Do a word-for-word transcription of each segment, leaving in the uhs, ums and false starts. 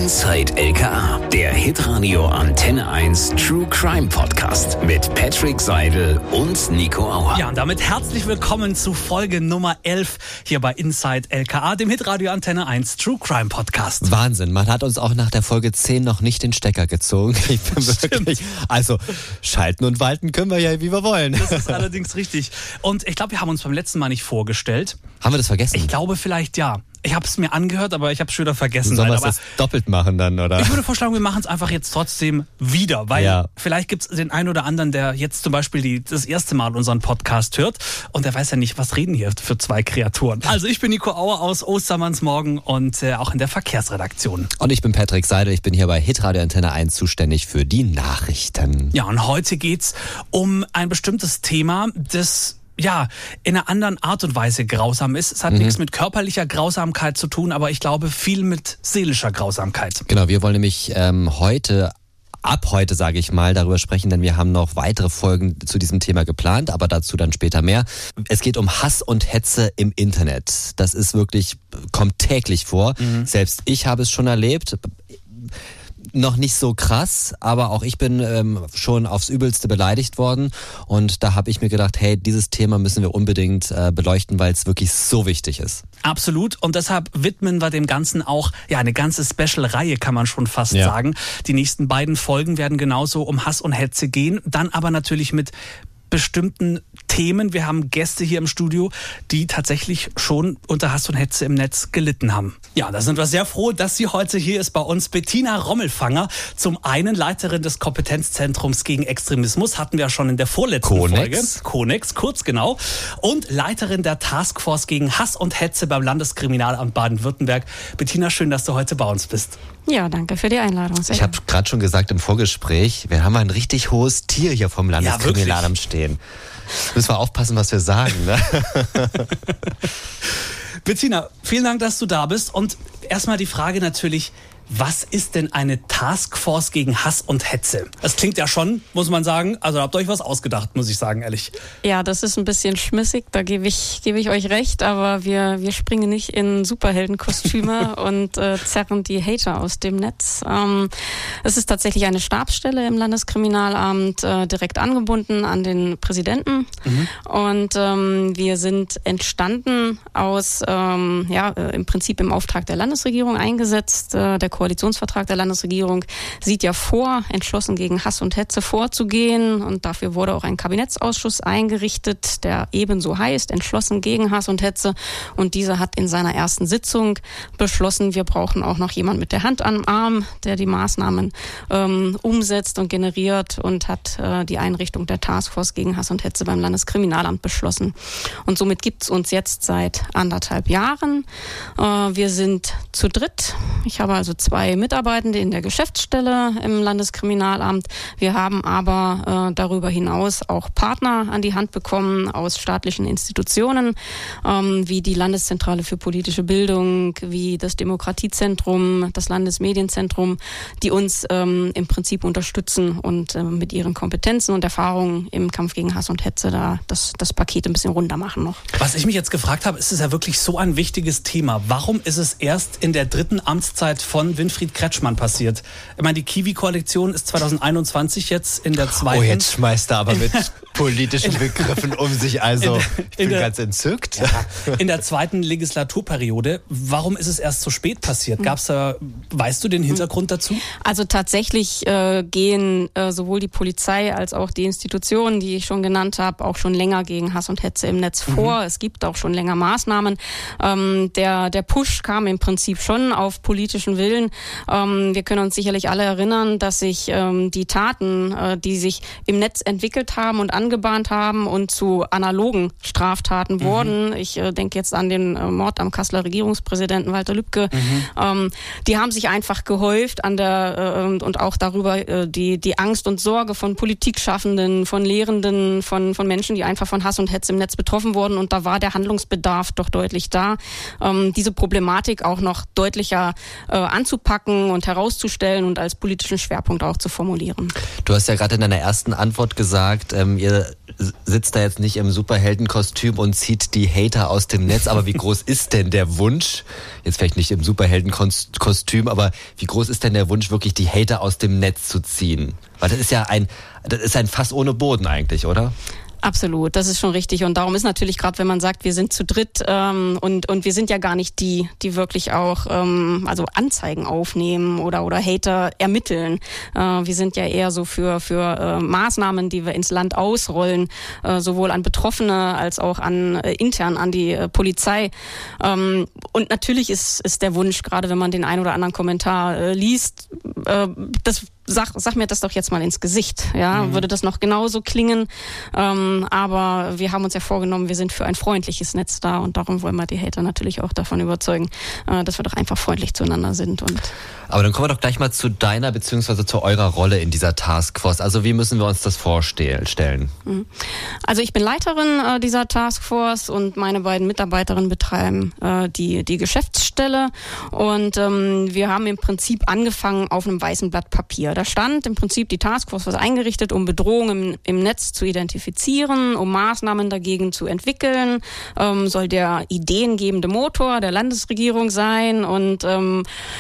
Inside L K A, der Hitradio Antenne eins True Crime Podcast mit Patrick Seidel und Nico Auer. Ja, und damit herzlich willkommen zu Folge Nummer elf hier bei Inside L K A, dem Hitradio Antenne eins True Crime Podcast. Wahnsinn, man hat uns auch nach der Folge zehn noch nicht den Stecker gezogen. Ich bin wirklich, also schalten und walten können wir ja, wie wir wollen. Das ist allerdings richtig. Und ich glaube, wir haben uns beim letzten Mal nicht vorgestellt. Haben wir das vergessen? Ich glaube vielleicht ja. Ich habe es mir angehört, aber ich habe es schon wieder vergessen. Sollen wir es doppelt machen dann, oder? Ich würde vorschlagen, wir machen es einfach jetzt trotzdem wieder, weil ja. vielleicht gibt es den einen oder anderen, der jetzt zum Beispiel die, das erste Mal unseren Podcast hört und der weiß ja nicht, was reden hier für zwei Kreaturen. Also ich bin Nico Auer aus Ostermannsmorgen und äh, auch in der Verkehrsredaktion. Und ich bin Patrick Seidel, ich bin hier bei Hitradio Antenne eins zuständig für die Nachrichten. Ja, und heute geht's um ein bestimmtes Thema, das ja, in einer anderen Art und Weise grausam ist. Es hat mhm. nichts mit körperlicher Grausamkeit zu tun, aber ich glaube viel mit seelischer Grausamkeit. Genau, wir wollen nämlich ähm, heute, ab heute sage ich mal, darüber sprechen, denn wir haben noch weitere Folgen zu diesem Thema geplant, aber dazu dann später mehr. Es geht um Hass und Hetze im Internet. Das ist wirklich, kommt täglich vor. Mhm. Selbst ich habe es schon erlebt. Noch nicht so krass, aber auch ich bin ähm, schon aufs Übelste beleidigt worden und da habe ich mir gedacht, hey, dieses Thema müssen wir unbedingt äh, beleuchten, weil es wirklich so wichtig ist. Absolut, und deshalb widmen wir dem Ganzen auch ja eine ganze Special-Reihe, kann man schon fast ja. sagen. Die nächsten beiden Folgen werden genauso um Hass und Hetze gehen, dann aber natürlich mit bestimmten Themen. Wir haben Gäste hier im Studio, die tatsächlich schon unter Hass und Hetze im Netz gelitten haben. Ja, da sind wir sehr froh, dass sie heute hier ist bei uns. Bettina Rommelfanger, zum einen Leiterin des Kompetenzzentrums gegen Extremismus, hatten wir ja schon in der vorletzten Konex. Folge. Konex, kurz genau. Und Leiterin der Taskforce gegen Hass und Hetze beim Landeskriminalamt Baden-Württemberg. Bettina, schön, dass du heute bei uns bist. Ja, danke für die Einladung. Sehr ich habe gerade schon gesagt im Vorgespräch, wir haben ein richtig hohes Tier hier vom Landeskriminalamt ja, stehen. Müssen wir aufpassen, was wir sagen. Ne? Bettina, vielen Dank, dass du da bist. Und erstmal die Frage natürlich, was ist denn eine Taskforce gegen Hass und Hetze? Das klingt ja schon, muss man sagen, also habt ihr euch was ausgedacht, muss ich sagen, ehrlich. Ja, das ist ein bisschen schmissig, da gebe ich, gebe ich euch recht, aber wir, wir springen nicht in Superheldenkostüme und äh, zerren die Hater aus dem Netz. Ähm, es ist tatsächlich eine Stabsstelle im Landeskriminalamt, äh, direkt angebunden an den Präsidenten. Mhm. Und ähm, wir sind entstanden aus, ähm, ja, äh, im Prinzip im Auftrag der Landesregierung eingesetzt. Äh, der Koalitionsvertrag der Landesregierung sieht ja vor, entschlossen gegen Hass und Hetze vorzugehen. Und dafür wurde auch ein Kabinettsausschuss eingerichtet, der ebenso heißt, entschlossen gegen Hass und Hetze. Und dieser hat in seiner ersten Sitzung beschlossen, wir brauchen auch noch jemand mit der Hand am Arm, der die Maßnahmen ähm, umsetzt und generiert, und hat äh, die Einrichtung der Taskforce gegen Hass und Hetze beim Landeskriminalamt beschlossen. Und somit gibt es uns jetzt seit anderthalb Jahren. Äh, wir sind zu dritt. Ich habe also zwei Mitarbeitende in der Geschäftsstelle im Landeskriminalamt. Wir haben aber äh, darüber hinaus auch Partner an die Hand bekommen aus staatlichen Institutionen, ähm, wie die Landeszentrale für politische Bildung, wie das Demokratiezentrum, das Landesmedienzentrum, die uns ähm, im Prinzip unterstützen und äh, mit ihren Kompetenzen und Erfahrungen im Kampf gegen Hass und Hetze da das, das Paket ein bisschen runder machen noch. Was ich mich jetzt gefragt habe, ist es ja wirklich so ein wichtiges Thema. Warum ist es erst in der dritten Amtszeit von Winfried Kretschmann passiert? Ich meine, die Kiwi-Koalition ist zwanzig einundzwanzig jetzt in der zweiten. Oh, jetzt schmeißt er aber mit politischen Begriffen um sich. Also, ich bin der, ganz entzückt. Ja, in der zweiten Legislaturperiode. Warum ist es erst so spät passiert? Gab's da, weißt du den Hintergrund dazu? Also tatsächlich äh, gehen äh, sowohl die Polizei als auch die Institutionen, die ich schon genannt habe, auch schon länger gegen Hass und Hetze im Netz vor. Mhm. Es gibt auch schon länger Maßnahmen. Ähm, der, der Push kam im Prinzip schon auf politischen Willen. Ähm, wir können uns sicherlich alle erinnern, dass sich ähm, die Taten, äh, die sich im Netz entwickelt haben und angebahnt haben und zu analogen Straftaten mhm. wurden, ich äh, denke jetzt an den äh, Mord am Kasseler Regierungspräsidenten Walter Lübcke, mhm. ähm, die haben sich einfach gehäuft an der äh, und auch darüber äh, die die Angst und Sorge von Politikschaffenden, von Lehrenden, von von Menschen, die einfach von Hass und Hetze im Netz betroffen wurden, und da war der Handlungsbedarf doch deutlich da, ähm, diese Problematik auch noch deutlicher äh, anzupacken und herauszustellen und als politischen Schwerpunkt auch zu formulieren. Du hast ja gerade in deiner ersten Antwort gesagt, ähm, ihr Hetze sitzt da jetzt nicht im Superheldenkostüm und zieht die Hater aus dem Netz. Aber wie groß ist denn der Wunsch, jetzt vielleicht nicht im Superheldenkostüm, aber wie groß ist denn der Wunsch, wirklich die Hater aus dem Netz zu ziehen? Weil das ist ja ein, das ist ein Fass ohne Boden eigentlich, oder? Absolut, das ist schon richtig. Und darum ist natürlich gerade, wenn man sagt, wir sind zu dritt ähm, und und wir sind ja gar nicht die, die wirklich auch ähm, also Anzeigen aufnehmen oder oder Hater ermitteln. Äh, wir sind ja eher so für für äh, Maßnahmen, die wir ins Land ausrollen, äh, sowohl an Betroffene als auch an äh, intern an die äh, Polizei. Ähm, und natürlich ist ist der Wunsch, gerade wenn man den ein oder anderen Kommentar äh, liest, äh, das Sag, sag mir das doch jetzt mal ins Gesicht, ja, mhm. würde das noch genauso klingen, ähm, aber wir haben uns ja vorgenommen, wir sind für ein freundliches Netz da und darum wollen wir die Hater natürlich auch davon überzeugen, äh, dass wir doch einfach freundlich zueinander sind. Und aber dann kommen wir doch gleich mal zu deiner beziehungsweise zu eurer Rolle in dieser Taskforce. Also wie müssen wir uns das vorstellen? Also ich bin Leiterin äh, dieser Taskforce und meine beiden Mitarbeiterinnen betreiben äh, die die Geschäftsstelle und ähm, wir haben im Prinzip angefangen auf einem weißen Blatt Papier. Da stand im Prinzip die Taskforce was eingerichtet, um Bedrohungen im, im Netz zu identifizieren, um Maßnahmen dagegen zu entwickeln, ähm, soll der ideengebende Motor der Landesregierung sein und ähm,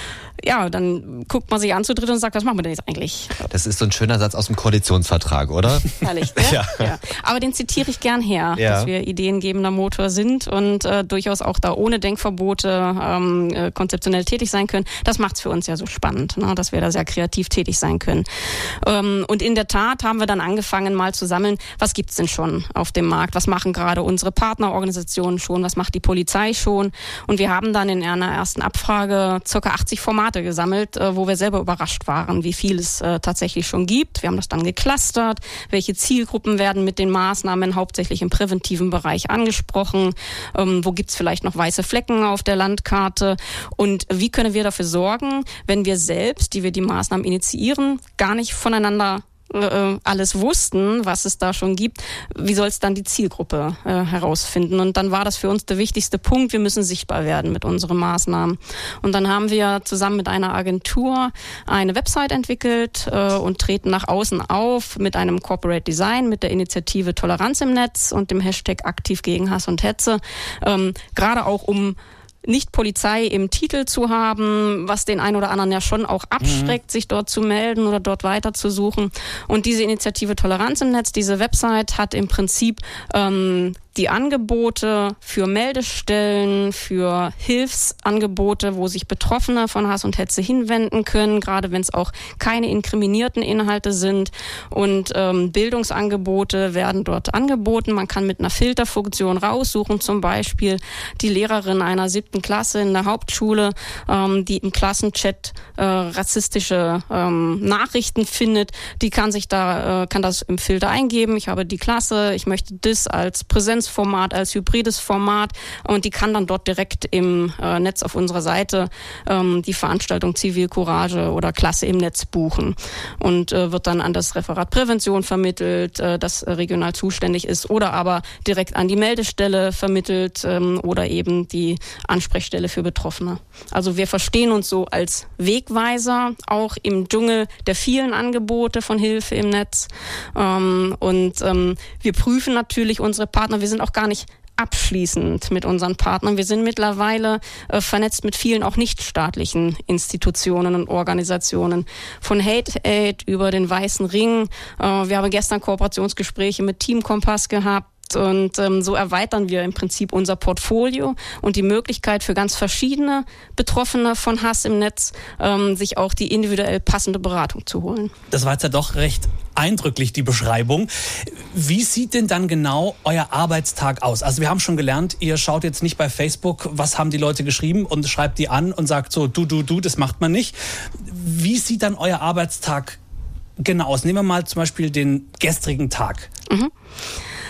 ja, dann guckt man sich an zu dritt und sagt, was machen wir denn jetzt eigentlich? Das ist so ein schöner Satz aus dem Koalitionsvertrag, oder? Ehrlich, ne? Ja. Ja. Aber den zitiere ich gern her, ja. Dass wir ideengebender Motor sind und äh, durchaus auch da ohne Denkverbote ähm, äh, konzeptionell tätig sein können. Das macht's für uns ja so spannend, ne? Dass wir da sehr kreativ tätig sein können. Ähm, und in der Tat haben wir dann angefangen mal zu sammeln, was gibt's denn schon auf dem Markt? Was machen gerade unsere Partnerorganisationen schon? Was macht die Polizei schon? Und wir haben dann in einer ersten Abfrage circa achtzig Formate gesammelt, wo wir selber überrascht waren, wie viel es äh, tatsächlich schon gibt. Wir haben das dann geclustert, welche Zielgruppen werden mit den Maßnahmen hauptsächlich im präventiven Bereich angesprochen, ähm, wo gibt's vielleicht noch weiße Flecken auf der Landkarte und wie können wir dafür sorgen, wenn wir selbst, die wir die Maßnahmen initiieren, gar nicht voneinander alles wussten, was es da schon gibt, wie soll es dann die Zielgruppe äh, herausfinden? Und dann war das für uns der wichtigste Punkt, wir müssen sichtbar werden mit unseren Maßnahmen. Und dann haben wir zusammen mit einer Agentur eine Website entwickelt äh, und treten nach außen auf mit einem Corporate Design, mit der Initiative Toleranz im Netz und dem Hashtag aktiv gegen Hass und Hetze, ähm, gerade auch um nicht Polizei im Titel zu haben, was den einen oder anderen ja schon auch abschreckt, mhm. sich dort zu melden oder dort weiterzusuchen. Und diese Initiative Toleranz im Netz, diese Website hat im Prinzip ähm, die Angebote für Meldestellen, für Hilfsangebote, wo sich Betroffene von Hass und Hetze hinwenden können, gerade wenn es auch keine inkriminierten Inhalte sind. Und ähm, Bildungsangebote werden dort angeboten. Man kann mit einer Filterfunktion raussuchen, zum Beispiel die Lehrerin einer siebten Klasse in der Hauptschule, ähm, die im Klassenchat äh, rassistische ähm, Nachrichten findet, die kann sich da, äh, kann das im Filter eingeben. Ich habe die Klasse, ich möchte das als Präsenz Format, als hybrides Format und die kann dann dort direkt im äh, Netz auf unserer Seite ähm, die Veranstaltung Zivilcourage oder Klasse im Netz buchen und äh, wird dann an das Referat Prävention vermittelt, äh, das äh, regional zuständig ist oder aber direkt an die Meldestelle vermittelt ähm, oder eben die Ansprechstelle für Betroffene. Also wir verstehen uns so als Wegweiser, auch im Dschungel der vielen Angebote von Hilfe im Netz ähm, und ähm, wir prüfen natürlich unsere Partner. Wir sind auch gar nicht abschließend mit unseren Partnern. Wir sind mittlerweile äh, vernetzt mit vielen auch nichtstaatlichen Institutionen und Organisationen. Von Hate Aid über den Weißen Ring. Äh, wir haben gestern Kooperationsgespräche mit Team Kompass gehabt. Und ähm, so erweitern wir im Prinzip unser Portfolio und die Möglichkeit für ganz verschiedene Betroffene von Hass im Netz, ähm, sich auch die individuell passende Beratung zu holen. Das war jetzt ja doch recht eindrücklich, die Beschreibung. Wie sieht denn dann genau euer Arbeitstag aus? Also wir haben schon gelernt, ihr schaut jetzt nicht bei Facebook, was haben die Leute geschrieben und schreibt die an und sagt so, du, du, du, das macht man nicht. Wie sieht dann euer Arbeitstag genau aus? Nehmen wir mal zum Beispiel den gestrigen Tag. Mhm.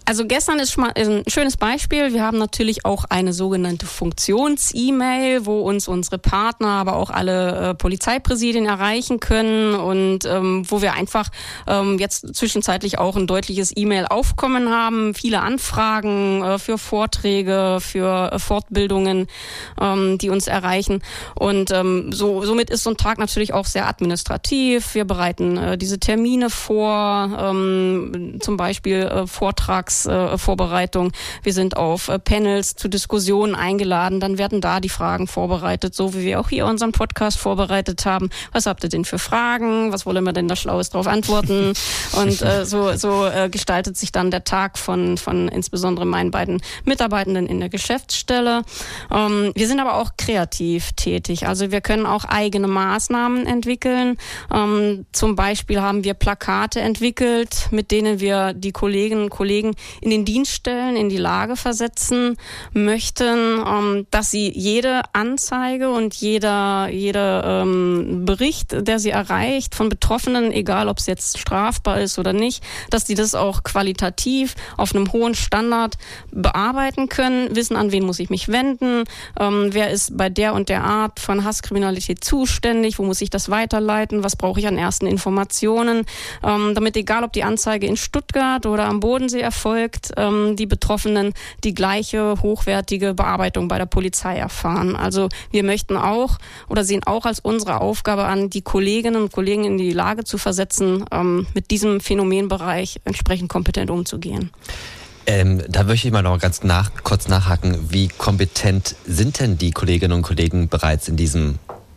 Also gestern ist schon mal ein schönes Beispiel. Wir haben natürlich auch eine sogenannte Funktions-E-Mail, wo uns unsere Partner, aber auch alle äh, Polizeipräsidien erreichen können und ähm, wo wir einfach ähm, jetzt zwischenzeitlich auch ein deutliches E-Mail-Aufkommen haben. Viele Anfragen äh, für Vorträge, für äh, Fortbildungen, ähm, die uns erreichen. Und ähm, so somit ist so ein Tag natürlich auch sehr administrativ. Wir bereiten äh, diese Termine vor, ähm, zum Beispiel äh, Vortrags Vorbereitung. Wir sind auf Panels zu Diskussionen eingeladen. Dann werden da die Fragen vorbereitet, so wie wir auch hier unseren Podcast vorbereitet haben. Was habt ihr denn für Fragen? Was wollen wir denn da Schlaues drauf antworten? Und äh, so, so äh, gestaltet sich dann der Tag von, von insbesondere meinen beiden Mitarbeitenden in der Geschäftsstelle. Ähm, wir sind aber auch kreativ tätig. Also wir können auch eigene Maßnahmen entwickeln. Ähm, zum Beispiel haben wir Plakate entwickelt, mit denen wir die Kolleginnen und Kollegen in den Dienststellen in die Lage versetzen möchten, ähm, dass sie jede Anzeige und jeder, jeder ähm, Bericht, der sie erreicht von Betroffenen, egal ob es jetzt strafbar ist oder nicht, dass sie das auch qualitativ auf einem hohen Standard bearbeiten können, wissen, an wen muss ich mich wenden, ähm, wer ist bei der und der Art von Hasskriminalität zuständig, wo muss ich das weiterleiten, was brauche ich an ersten Informationen, ähm, damit egal ob die Anzeige in Stuttgart oder am Bodensee erfolgt, ähm, die Betroffenen die gleiche hochwertige Bearbeitung bei der Polizei erfahren. Also wir möchten auch oder sehen auch als unsere Aufgabe an, die Kolleginnen und Kollegen in die Lage zu versetzen, ähm, mit diesem Phänomenbereich entsprechend kompetent umzugehen. Ähm, da möchte ich mal noch ganz nach, kurz nachhaken. Wie kompetent sind denn die Kolleginnen und Kollegen bereits in diesem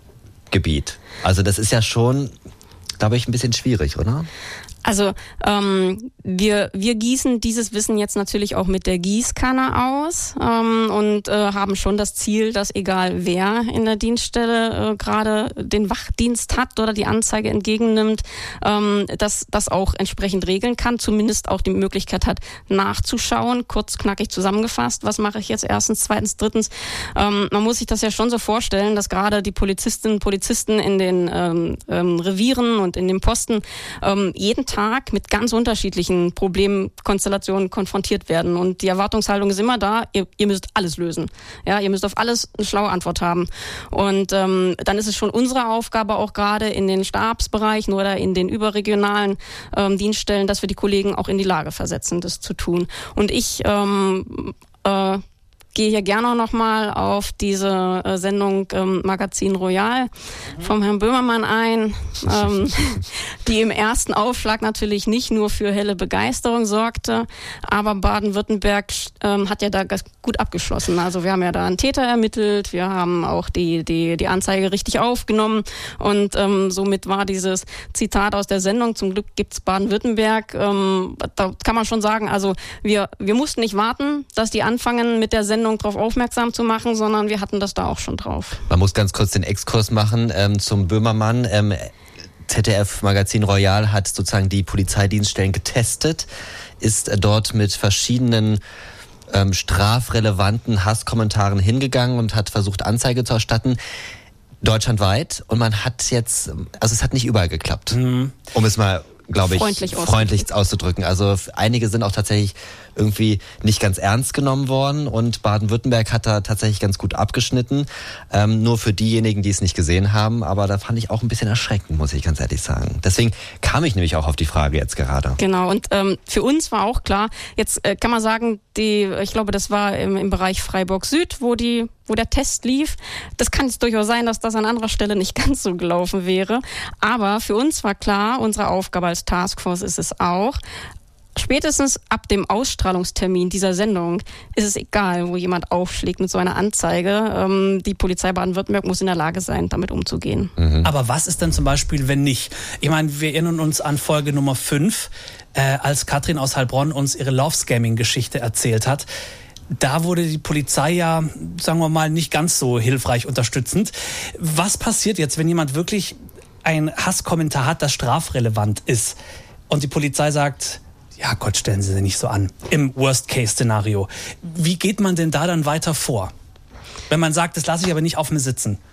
Gebiet? Also das ist ja schon, glaube ich, ein bisschen schwierig, oder? Also ähm, wir wir gießen dieses Wissen jetzt natürlich auch mit der Gießkanne aus ähm, und äh, haben schon das Ziel, dass egal wer in der Dienststelle äh, gerade den Wachdienst hat oder die Anzeige entgegennimmt, ähm, dass das auch entsprechend regeln kann, zumindest auch die Möglichkeit hat, nachzuschauen, kurz knackig zusammengefasst, was mache ich jetzt erstens, zweitens, drittens. Ähm, man muss sich das ja schon so vorstellen, dass gerade die Polizistinnen und Polizisten in den ähm, ähm, Revieren und in den Posten ähm, jeden Tag Tag mit ganz unterschiedlichen Problemkonstellationen konfrontiert werden. Und die Erwartungshaltung ist immer da, ihr, ihr müsst alles lösen. Ja, ihr müsst auf alles eine schlaue Antwort haben. Und ähm, dann ist es schon unsere Aufgabe, auch gerade in den Stabsbereichen oder in den überregionalen ähm, Dienststellen, dass wir die Kollegen auch in die Lage versetzen, das zu tun. Und ich ähm, äh, gehe hier gerne noch mal auf diese äh, Sendung ähm, Magazin Royal vom Herrn Böhmermann ein, ähm, die im ersten Aufschlag natürlich nicht nur für helle Begeisterung sorgte, aber Baden-Württemberg ähm, hat ja da gut abgeschlossen. Also wir haben ja da einen Täter ermittelt, wir haben auch die die die Anzeige richtig aufgenommen und ähm, somit war dieses Zitat aus der Sendung, zum Glück gibt's Baden-Württemberg, ähm, da kann man schon sagen, also wir wir mussten nicht warten, dass die anfangen mit der Sendung darauf aufmerksam zu machen, sondern wir hatten das da auch schon drauf. Man muss ganz kurz den Exkurs machen ähm, zum Böhmermann. Ähm, Z D F Magazin Royal hat sozusagen die Polizeidienststellen getestet, ist äh, dort mit verschiedenen ähm, strafrelevanten Hasskommentaren hingegangen und hat versucht, Anzeige zu erstatten. Deutschlandweit. Und man hat jetzt, also es hat nicht überall geklappt. Mhm. Um es mal, glaube ich, freundlich, freundlich auszudrücken. Also einige sind auch tatsächlich irgendwie nicht ganz ernst genommen worden und Baden-Württemberg hat da tatsächlich ganz gut abgeschnitten. Ähm, nur für diejenigen, die es nicht gesehen haben. Aber da fand ich auch ein bisschen erschreckend, muss ich ganz ehrlich sagen. Deswegen kam ich nämlich auch auf die Frage jetzt gerade. Genau, und ähm, für uns war auch klar, jetzt äh, kann man sagen, die, ich glaube, das war im, im Bereich Freiburg Süd, wo die wo der Test lief. Das kann jetzt durchaus sein, dass das an anderer Stelle nicht ganz so gelaufen wäre. Aber für uns war klar, unsere Aufgabe als Taskforce ist es auch, spätestens ab dem Ausstrahlungstermin dieser Sendung ist es egal, wo jemand aufschlägt mit so einer Anzeige. Ähm, die Polizei Baden-Württemberg muss in der Lage sein, damit umzugehen. Mhm. Aber was ist denn zum Beispiel, wenn nicht? Ich meine, wir erinnern uns an Folge Nummer fünf, äh, als Katrin aus Heilbronn uns ihre Love-Scamming-Geschichte erzählt hat. Da wurde die Polizei ja, sagen wir mal, nicht ganz so hilfreich unterstützend. Was passiert jetzt, wenn jemand wirklich ein Hasskommentar hat, das strafrelevant ist und die Polizei sagt, ja Gott, stellen Sie sich nicht so an, im Worst-Case-Szenario. Wie geht man denn da dann weiter vor? Wenn man sagt, das lasse ich aber nicht auf mir sitzen.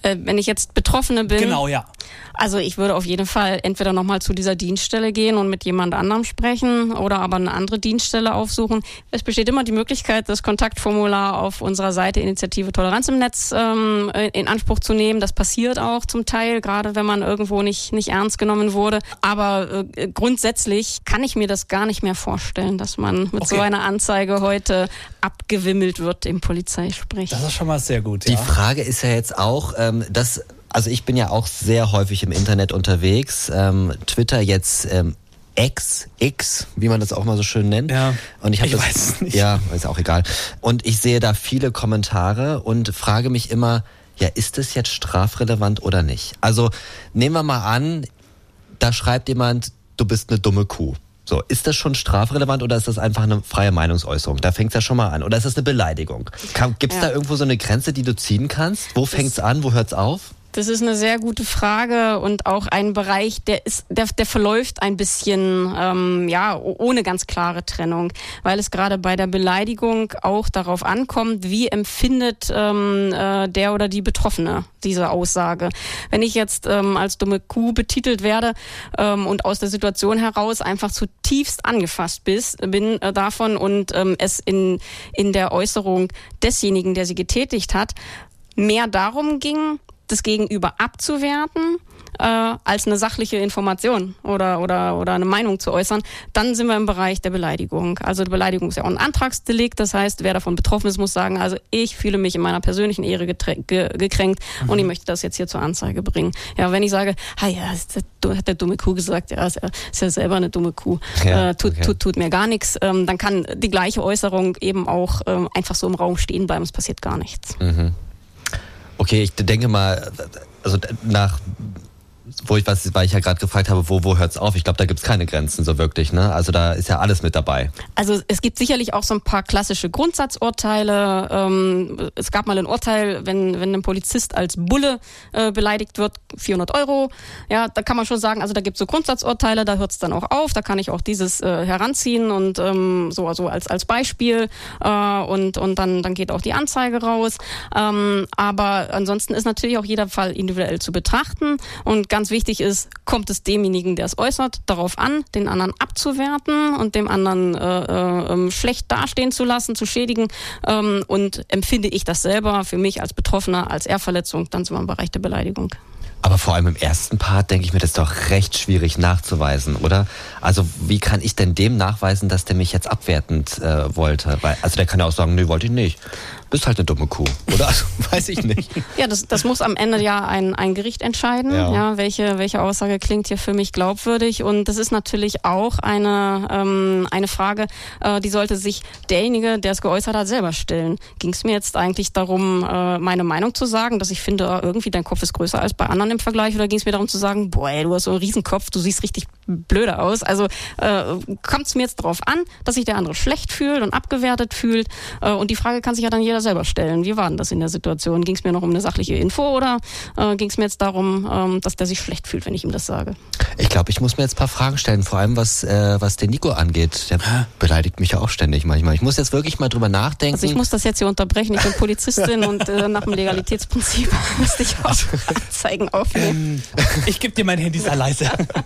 Äh, wenn ich jetzt Betroffene bin. Genau, ja. Also ich würde auf jeden Fall entweder nochmal zu dieser Dienststelle gehen und mit jemand anderem sprechen oder aber eine andere Dienststelle aufsuchen. Es besteht immer die Möglichkeit, das Kontaktformular auf unserer Seite Initiative Toleranz im Netz ähm, in Anspruch zu nehmen. Das passiert auch zum Teil, gerade wenn man irgendwo nicht, nicht ernst genommen wurde. Aber äh, grundsätzlich kann ich mir das gar nicht mehr vorstellen, dass man mit okay. so einer Anzeige heute abgewimmelt wird im Polizeisprech. Das ist schon mal sehr gut. Die ja. Frage ist ja jetzt auch, ähm, dass, also ich bin ja auch sehr häufig im Internet unterwegs, ähm, Twitter jetzt ähm, X, X, wie man das auch mal so schön nennt. Ja, und ich, hab ich das, weiß es nicht. Ja, ist auch egal. Und ich sehe da viele Kommentare und frage mich immer, ja, ist das jetzt strafrelevant oder nicht? Also nehmen wir mal an, da schreibt jemand, du bist eine dumme Kuh. So, ist das schon strafrelevant oder ist das einfach eine freie Meinungsäußerung? Da fängt es ja schon mal an. Oder ist das eine Beleidigung? Gibt es ja. da irgendwo so eine Grenze, die du ziehen kannst? Wo fängt es an? Wo hört es auf? Das ist eine sehr gute Frage und auch ein Bereich, der ist, der, der verläuft ein bisschen, ähm, ja, ohne ganz klare Trennung, weil es gerade bei der Beleidigung auch darauf ankommt, wie empfindet ähm, äh, der oder die Betroffene diese Aussage. Wenn ich jetzt ähm, als dumme Kuh betitelt werde ähm, und aus der Situation heraus einfach zutiefst angefasst bis, bin äh, davon und ähm, es in in der Äußerung desjenigen, der sie getätigt hat, mehr darum ging, das Gegenüber abzuwerten, äh, als eine sachliche Information oder, oder, oder eine Meinung zu äußern, dann sind wir im Bereich der Beleidigung. Also die Beleidigung ist ja auch ein Antragsdelikt, das heißt, wer davon betroffen ist, muss sagen, also ich fühle mich in meiner persönlichen Ehre geträ- ge- gekränkt mhm. und ich möchte das jetzt hier zur Anzeige bringen. Ja, wenn ich sage, ha ja, hat der dumme Kuh gesagt, ja, ist ja, ist ja selber eine dumme Kuh, ja, äh, tut, okay. tut, tut mir gar nichts, ähm, dann kann die gleiche Äußerung eben auch ähm, einfach so im Raum stehen bleiben, es passiert gar nichts. Mhm. Okay, ich denke mal, also nach, wo ich was, weil ich ja gerade gefragt habe, wo, wo hört's auf? Ich glaube, da gibt's keine Grenzen so wirklich, ne? Also da ist ja alles mit dabei. Also es gibt sicherlich auch so ein paar klassische Grundsatzurteile. Ähm, es gab mal ein Urteil, wenn, wenn ein Polizist als Bulle äh, beleidigt wird, vierhundert Euro. Ja, da kann man schon sagen, also da gibt's so Grundsatzurteile, da hört's dann auch auf. Da kann ich auch dieses äh, heranziehen und ähm, so also als als Beispiel äh, und und dann dann geht auch die Anzeige raus. Ähm, aber ansonsten ist natürlich auch jeder Fall individuell zu betrachten und ganz wichtig ist, kommt es demjenigen, der es äußert, darauf an, den anderen abzuwerten und dem anderen äh, äh, schlecht dastehen zu lassen, zu schädigen. Ähm, und empfinde ich das selber für mich als Betroffener als Ehrverletzung, dann sind wir im Bereich der Beleidigung. Aber vor allem im ersten Part denke ich mir, das ist doch recht schwierig nachzuweisen, oder? Also wie kann ich denn dem nachweisen, dass der mich jetzt abwertend äh, wollte? Weil, also der kann ja auch sagen, nee, wollte ich nicht. Bist halt eine dumme Kuh, oder? Also, weiß ich nicht. Ja, das, das muss am Ende ja ein, ein Gericht entscheiden, ja. Ja, welche, welche Aussage klingt hier für mich glaubwürdig. Und das ist natürlich auch eine, ähm, eine Frage, äh, die sollte sich derjenige, der es geäußert hat, selber stellen. Ging es mir jetzt eigentlich darum, äh, meine Meinung zu sagen, dass ich finde, irgendwie dein Kopf ist größer als bei anderen im Vergleich, oder ging es mir darum zu sagen, boah, ey, du hast so einen Riesenkopf, du siehst richtig blöde aus. Also äh, kommt es mir jetzt darauf an, dass sich der andere schlecht fühlt und abgewertet fühlt. Äh, und die Frage kann sich ja dann jeder selber stellen. Wie war denn das in der Situation? Ging es mir noch um eine sachliche Info oder äh, ging es mir jetzt darum, ähm, dass der sich schlecht fühlt, wenn ich ihm das sage? Ich glaube, ich muss mir jetzt ein paar Fragen stellen, vor allem was, äh, was den Nico angeht. Der beleidigt mich ja auch ständig manchmal. Ich muss jetzt wirklich mal drüber nachdenken. Also ich muss das jetzt hier unterbrechen. Ich bin Polizistin und äh, nach dem Legalitätsprinzip müsste ich auch Anzeigen aufnehmen. Ähm, ich gebe dir mein Handy, sei leise.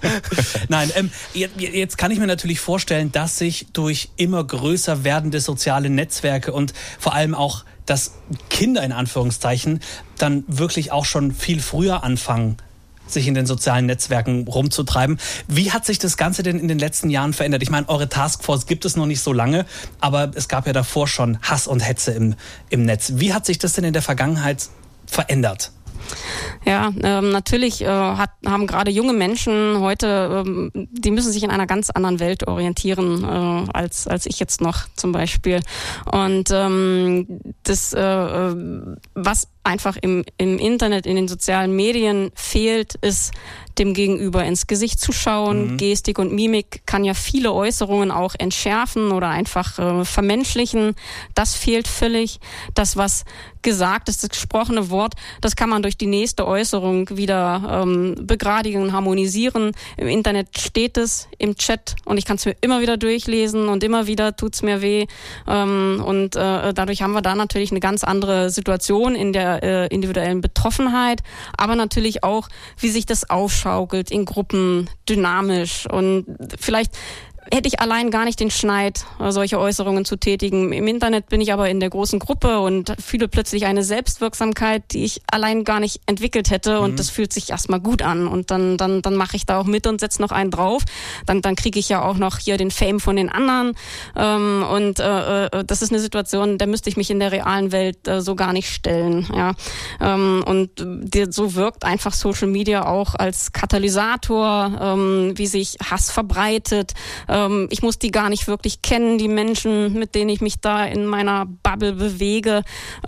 Nein, ähm, jetzt, jetzt kann ich mir natürlich vorstellen, dass sich durch immer größer werdende soziale Netzwerke und vor allem auch, dass Kinder in Anführungszeichen dann wirklich auch schon viel früher anfangen, sich in den sozialen Netzwerken rumzutreiben. Wie hat sich das Ganze denn in den letzten Jahren verändert? Ich meine, eure Taskforce gibt es noch nicht so lange, aber es gab ja davor schon Hass und Hetze im, im Netz. Wie hat sich das denn in der Vergangenheit verändert? Ja, ähm, natürlich äh, hat, haben gerade junge Menschen heute, ähm, die müssen sich in einer ganz anderen Welt orientieren äh, als als ich jetzt noch zum Beispiel. Und ähm, das, äh, was einfach im im Internet, in den sozialen Medien fehlt, ist dem Gegenüber ins Gesicht zu schauen. Mhm. Gestik und Mimik kann ja viele Äußerungen auch entschärfen oder einfach äh, vermenschlichen. Das fehlt völlig. Das, was gesagt ist, das gesprochene Wort, das kann man durch die nächste Äußerung wieder ähm, begradigen und harmonisieren. Im Internet steht es, im Chat, und ich kann es mir immer wieder durchlesen und immer wieder tut's mir weh. Ähm, und äh, dadurch haben wir da natürlich eine ganz andere Situation, in der der äh, individuellen Betroffenheit, aber natürlich auch, wie sich das aufschaukelt in Gruppen, dynamisch. Und vielleicht hätte ich allein gar nicht den Schneid, solche Äußerungen zu tätigen. Im Internet bin ich aber in der großen Gruppe und fühle plötzlich eine Selbstwirksamkeit, die ich allein gar nicht entwickelt hätte. Und mhm. das fühlt sich erstmal gut an. Und dann dann dann mache ich da auch mit und setze noch einen drauf. Dann dann kriege ich ja auch noch hier den Fame von den anderen. Ähm, und äh, das ist eine Situation, der müsste ich mich in der realen Welt äh, so gar nicht stellen. Ja. Ähm, und die, so wirkt einfach Social Media auch als Katalysator, ähm, wie sich Hass verbreitet. Ich muss die gar nicht wirklich kennen, die Menschen, mit denen ich mich da in meiner Bubble bewege.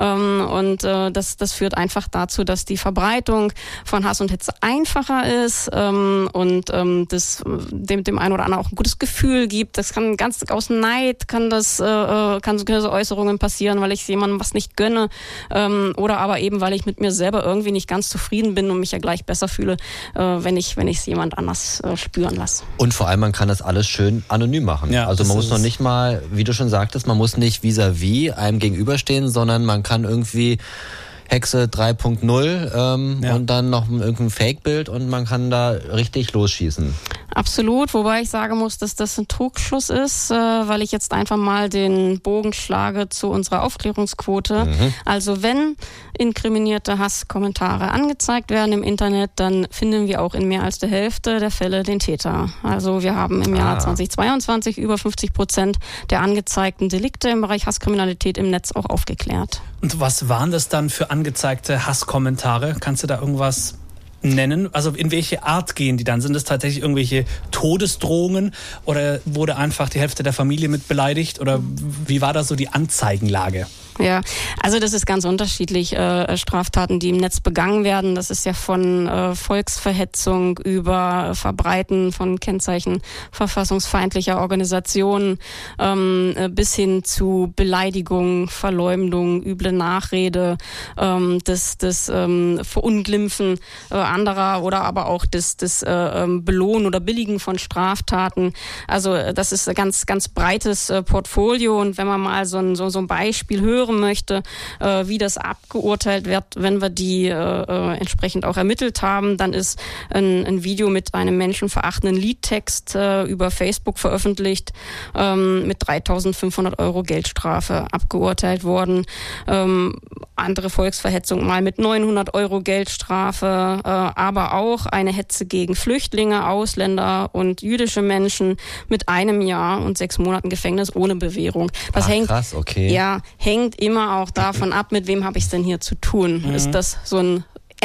Und das, das führt einfach dazu, dass die Verbreitung von Hass und Hetze einfacher ist und das dem, dem einen oder anderen auch ein gutes Gefühl gibt. Das kann ganz aus Neid, kann das, kann so Äußerungen passieren, weil ich jemandem was nicht gönne oder aber eben, weil ich mit mir selber irgendwie nicht ganz zufrieden bin und mich ja gleich besser fühle, wenn ich, wenn ich es jemand anders spüren lasse. Und vor allem, man kann das alles schön anonym machen. Ja, also man muss noch nicht mal, wie du schon sagtest, man muss nicht vis-à-vis einem gegenüberstehen, sondern man kann irgendwie Hexe drei Punkt null ähm, ja. und dann noch irgendein Fake-Bild und man kann da richtig losschießen. Absolut, wobei ich sagen muss, dass das ein Trugschluss ist, äh, weil ich jetzt einfach mal den Bogen schlage zu unserer Aufklärungsquote. Mhm. Also wenn inkriminierte Hasskommentare angezeigt werden im Internet, dann finden wir auch in mehr als der Hälfte der Fälle den Täter. Also wir haben im Jahr ah. zweitausendzweiundzwanzig über fünfzig Prozent der angezeigten Delikte im Bereich Hasskriminalität im Netz auch aufgeklärt. Und was waren das dann für angezeigte Hasskommentare? Kannst du da irgendwas nennen? Also in welche Art gehen die dann? Sind es tatsächlich irgendwelche Todesdrohungen oder wurde einfach die Hälfte der Familie mit beleidigt? Oder wie war da so die Anzeigenlage? Ja, also das ist ganz unterschiedlich. Äh, Straftaten, die im Netz begangen werden, das ist ja von äh, Volksverhetzung über Verbreiten von Kennzeichen verfassungsfeindlicher Organisationen ähm, bis hin zu Beleidigung, Verleumdung, üble Nachrede, ähm, das, das ähm, Verunglimpfen äh, anderer oder aber auch das, das äh, Belohnen oder Billigen von Straftaten. Also das ist ein ganz, ganz breites äh, Portfolio und wenn man mal so ein, so, so ein Beispiel hören möchte, äh, wie das abgeurteilt wird, wenn wir die äh, entsprechend auch ermittelt haben, dann ist ein, ein Video mit einem menschenverachtenden Liedtext äh, über Facebook veröffentlicht, ähm, mit dreitausendfünfhundert Euro Geldstrafe abgeurteilt worden. Ähm, andere Volksverhetzung mal mit neunhundert Euro Geldstrafe, äh, aber auch eine Hetze gegen Flüchtlinge, Ausländer und jüdische Menschen mit einem Jahr und sechs Monaten Gefängnis ohne Bewährung. Das Ach, hängt, krass, okay. ja, hängt immer auch davon ab, mit wem habe ich es denn hier zu tun. Mhm. Ist das so ein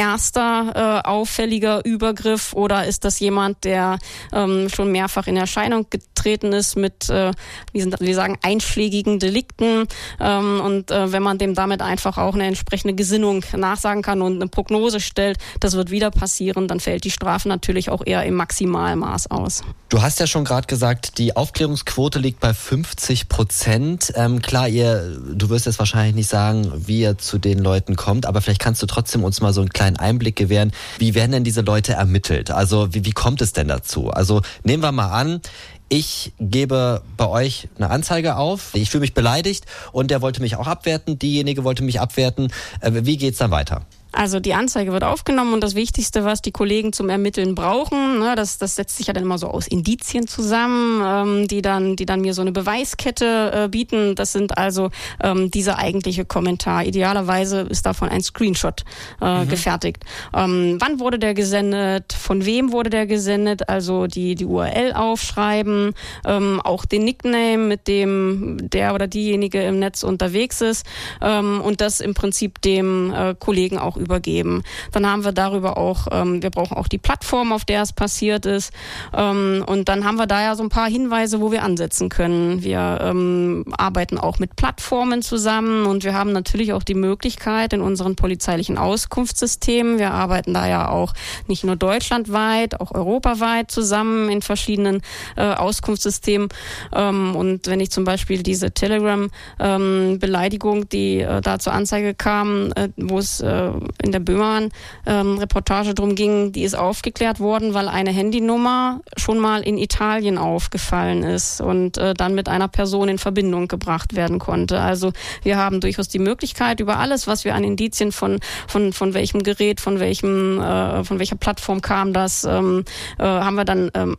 erster äh, auffälliger Übergriff oder ist das jemand, der ähm, schon mehrfach in Erscheinung getreten ist mit, äh, wie sind, wir sagen, einschlägigen Delikten ähm, und äh, wenn man dem damit einfach auch eine entsprechende Gesinnung nachsagen kann und eine Prognose stellt, das wird wieder passieren, dann fällt die Strafe natürlich auch eher im Maximalmaß aus. Du hast ja schon gerade gesagt, die Aufklärungsquote liegt bei fünfzig Prozent. Ähm, klar, ihr, du wirst jetzt wahrscheinlich nicht sagen, wie ihr zu den Leuten kommt, aber vielleicht kannst du trotzdem uns mal so einen kleinen Einblick gewähren. Wie werden denn diese Leute ermittelt? Also wie, wie kommt es denn dazu? Also nehmen wir mal an, ich gebe bei euch eine Anzeige auf, ich fühle mich beleidigt und der wollte mich auch abwerten, diejenige wollte mich abwerten. Äh, wie geht's dann weiter? Also die Anzeige wird aufgenommen und das Wichtigste, was die Kollegen zum Ermitteln brauchen, ne, das, das setzt sich ja dann immer so aus Indizien zusammen, ähm, die dann, die dann mir so eine Beweiskette äh, bieten. Das sind also ähm, dieser eigentliche Kommentar. Idealerweise ist davon ein Screenshot äh, mhm. gefertigt. Ähm, wann wurde der gesendet? Von wem wurde der gesendet? Also die die U R L aufschreiben, ähm, auch den Nickname, mit dem der oder diejenige im Netz unterwegs ist ähm, und das im Prinzip dem äh, Kollegen auch übergeben. Dann haben wir darüber auch, ähm, wir brauchen auch die Plattform, auf der es passiert ist. Ähm, und dann haben wir da ja so ein paar Hinweise, wo wir ansetzen können. Wir ähm, arbeiten auch mit Plattformen zusammen und wir haben natürlich auch die Möglichkeit in unseren polizeilichen Auskunftssystemen, wir arbeiten da ja auch nicht nur deutschlandweit, auch europaweit zusammen in verschiedenen äh, Auskunftssystemen. Ähm, und wenn ich zum Beispiel diese Telegram-Beleidigung, ähm, die äh, da zur Anzeige kam, äh, wo es äh, in der Böhmermann-Reportage ähm, drum ging, die ist aufgeklärt worden, weil eine Handynummer schon mal in Italien aufgefallen ist und äh, dann mit einer Person in Verbindung gebracht werden konnte. Also wir haben durchaus die Möglichkeit, über alles, was wir an Indizien von von von welchem Gerät, von welchem äh, von welcher Plattform kam das, ähm, äh, haben wir dann ähm,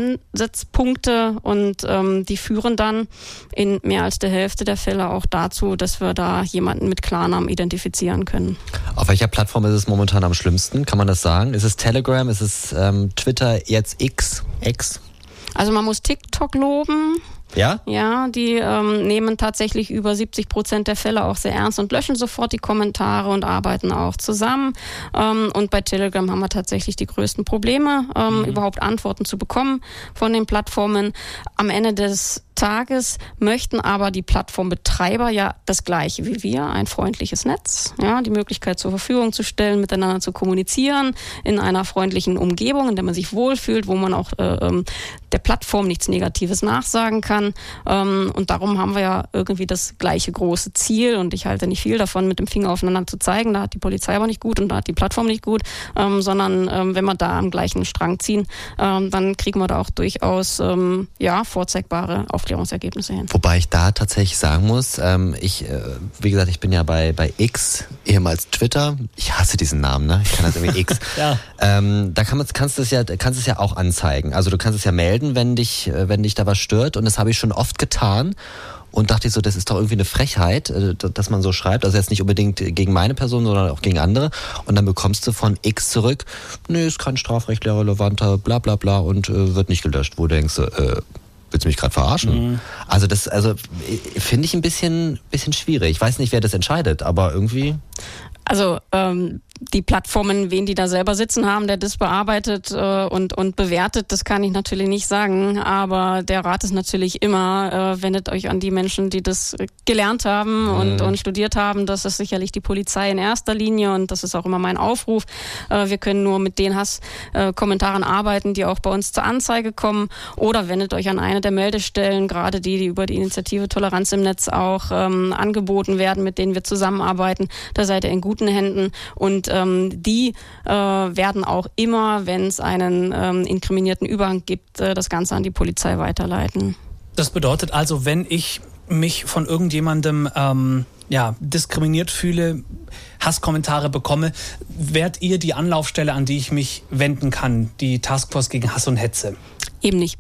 Ansatzpunkte und ähm, die führen dann in mehr als der Hälfte der Fälle auch dazu, dass wir da jemanden mit Klarnamen identifizieren können. Auf welcher Plattform ist es momentan am schlimmsten? Kann man das sagen? Ist es Telegram? Ist es ähm, Twitter? Jetzt X? X? Also man muss TikTok loben. Ja? Ja, die ähm, nehmen tatsächlich über siebzig Prozent der Fälle auch sehr ernst und löschen sofort die Kommentare und arbeiten auch zusammen. Ähm, und bei Telegram haben wir tatsächlich die größten Probleme, ähm, mhm. überhaupt Antworten zu bekommen von den Plattformen. Am Ende des Tages möchten aber die Plattformbetreiber ja das Gleiche wie wir, ein freundliches Netz, ja, die Möglichkeit zur Verfügung zu stellen, miteinander zu kommunizieren in einer freundlichen Umgebung, in der man sich wohlfühlt, wo man auch äh, der Plattform nichts Negatives nachsagen kann. Ähm, und darum haben wir ja irgendwie das gleiche große Ziel und ich halte nicht viel davon, mit dem Finger aufeinander zu zeigen, da hat die Polizei aber nicht gut und da hat die Plattform nicht gut, ähm, sondern ähm, wenn wir da am gleichen Strang ziehen, ähm, dann kriegen wir da auch durchaus ähm, ja, vorzeigbare Aufmerksamkeit. Aufklärungsergebnisse hin. Wobei ich da tatsächlich sagen muss, ähm, ich, äh, wie gesagt, ich bin ja bei, bei X, ehemals Twitter. Ich hasse diesen Namen, ne? Ich kann das irgendwie X. ja. ähm, da kann man, kannst du es ja, kannst es ja auch anzeigen. Also du kannst es ja melden, wenn dich, wenn dich da was stört. Und das habe ich schon oft getan. Und dachte ich so, das ist doch irgendwie eine Frechheit, dass man so schreibt. Also jetzt nicht unbedingt gegen meine Person, sondern auch gegen andere. Und dann bekommst du von X zurück, nee, ist kein strafrechtlich relevanter, bla bla bla und äh, wird nicht gelöscht. Wo du denkst, äh, willst du mich gerade verarschen? Mhm. Also das, also finde ich ein bisschen, bisschen schwierig. Ich weiß nicht, wer das entscheidet, aber irgendwie... Also ähm, die Plattformen, wen die da selber sitzen haben, der das bearbeitet äh, und und bewertet, das kann ich natürlich nicht sagen. Aber der Rat ist natürlich immer, äh, wendet euch an die Menschen, die das gelernt haben und, mhm. und studiert haben. Das ist sicherlich die Polizei in erster Linie und das ist auch immer mein Aufruf. Äh, wir können nur mit den Hasskommentaren äh, arbeiten, die auch bei uns zur Anzeige kommen. Oder wendet euch an eine der Meldestellen, gerade die, die über die Initiative Toleranz im Netz auch ähm, angeboten werden, mit denen wir zusammenarbeiten. Da seid ihr in guten Händen und ähm, die äh, werden auch immer, wenn es einen ähm, inkriminierten Überhang gibt, äh, das Ganze an die Polizei weiterleiten. Das bedeutet also, wenn ich mich von irgendjemandem ähm, ja, diskriminiert fühle, Hasskommentare bekomme, wärt ihr die Anlaufstelle, an die ich mich wenden kann, die Taskforce gegen Hass und Hetze? Eben nicht.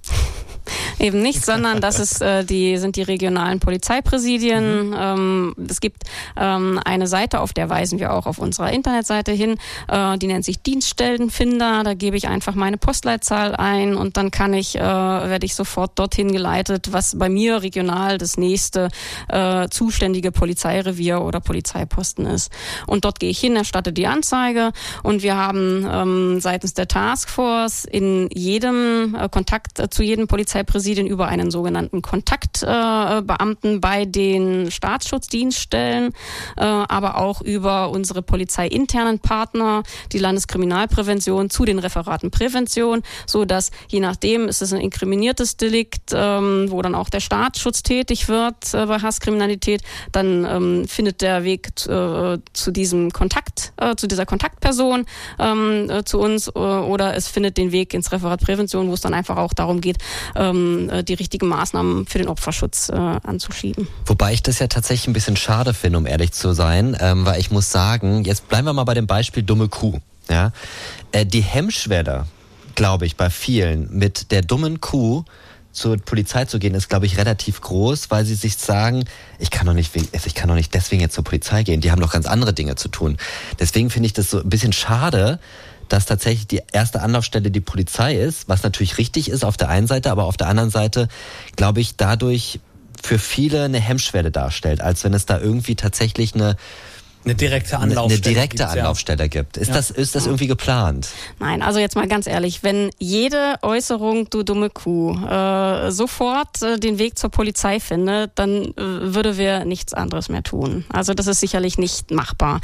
Eben nicht, sondern das ist, äh, die, sind die regionalen Polizeipräsidien. Mhm. Ähm, es gibt ähm, eine Seite, auf der weisen wir auch auf unserer Internetseite hin, äh, die nennt sich Dienststellenfinder. Da gebe ich einfach meine Postleitzahl ein und dann kann ich, äh, werde ich sofort dorthin geleitet, was bei mir regional das nächste äh, zuständige Polizeirevier oder Polizeiposten ist. Und dort gehe ich hin, erstatte die Anzeige und wir haben ähm, seitens der Taskforce in jedem äh, Kontakt äh, zu jedem Polizeipräsidien über einen sogenannten Kontaktbeamten äh, bei den Staatsschutzdienststellen, äh, aber auch über unsere polizeiinternen Partner, die Landeskriminalprävention zu den Referaten Prävention, so dass je nachdem ist es ein inkriminiertes Delikt, ähm, wo dann auch der Staatsschutz tätig wird äh, bei Hasskriminalität, dann ähm, findet der Weg äh, zu diesem Kontakt, äh, zu dieser Kontaktperson ähm, äh, zu uns äh, oder es findet den Weg ins Referat Prävention, wo es dann einfach auch darum geht, ähm, die richtigen Maßnahmen für den Opferschutz äh, anzuschieben. Wobei ich das ja tatsächlich ein bisschen schade finde, um ehrlich zu sein, ähm, weil ich muss sagen, jetzt bleiben wir mal bei dem Beispiel dumme Kuh. Ja? Äh, die Hemmschwelle, glaube ich, bei vielen mit der dummen Kuh zur Polizei zu gehen, ist, glaube ich, relativ groß, weil sie sich sagen, ich kann doch nicht, ich kann doch nicht deswegen jetzt zur Polizei gehen, die haben doch ganz andere Dinge zu tun. Deswegen finde ich das so ein bisschen schade, dass tatsächlich die erste Anlaufstelle die Polizei ist, was natürlich richtig ist auf der einen Seite, aber auf der anderen Seite, glaube ich, dadurch für viele eine Hemmschwelle darstellt, als wenn es da irgendwie tatsächlich eine Eine direkte Anlaufstelle, eine direkte Anlaufstelle ja. gibt. Ist, ja. das, ist das irgendwie geplant? Nein, also jetzt mal ganz ehrlich, wenn jede Äußerung, du dumme Kuh, äh, sofort äh, den Weg zur Polizei findet, dann äh, würde wir nichts anderes mehr tun. Also das ist sicherlich nicht machbar.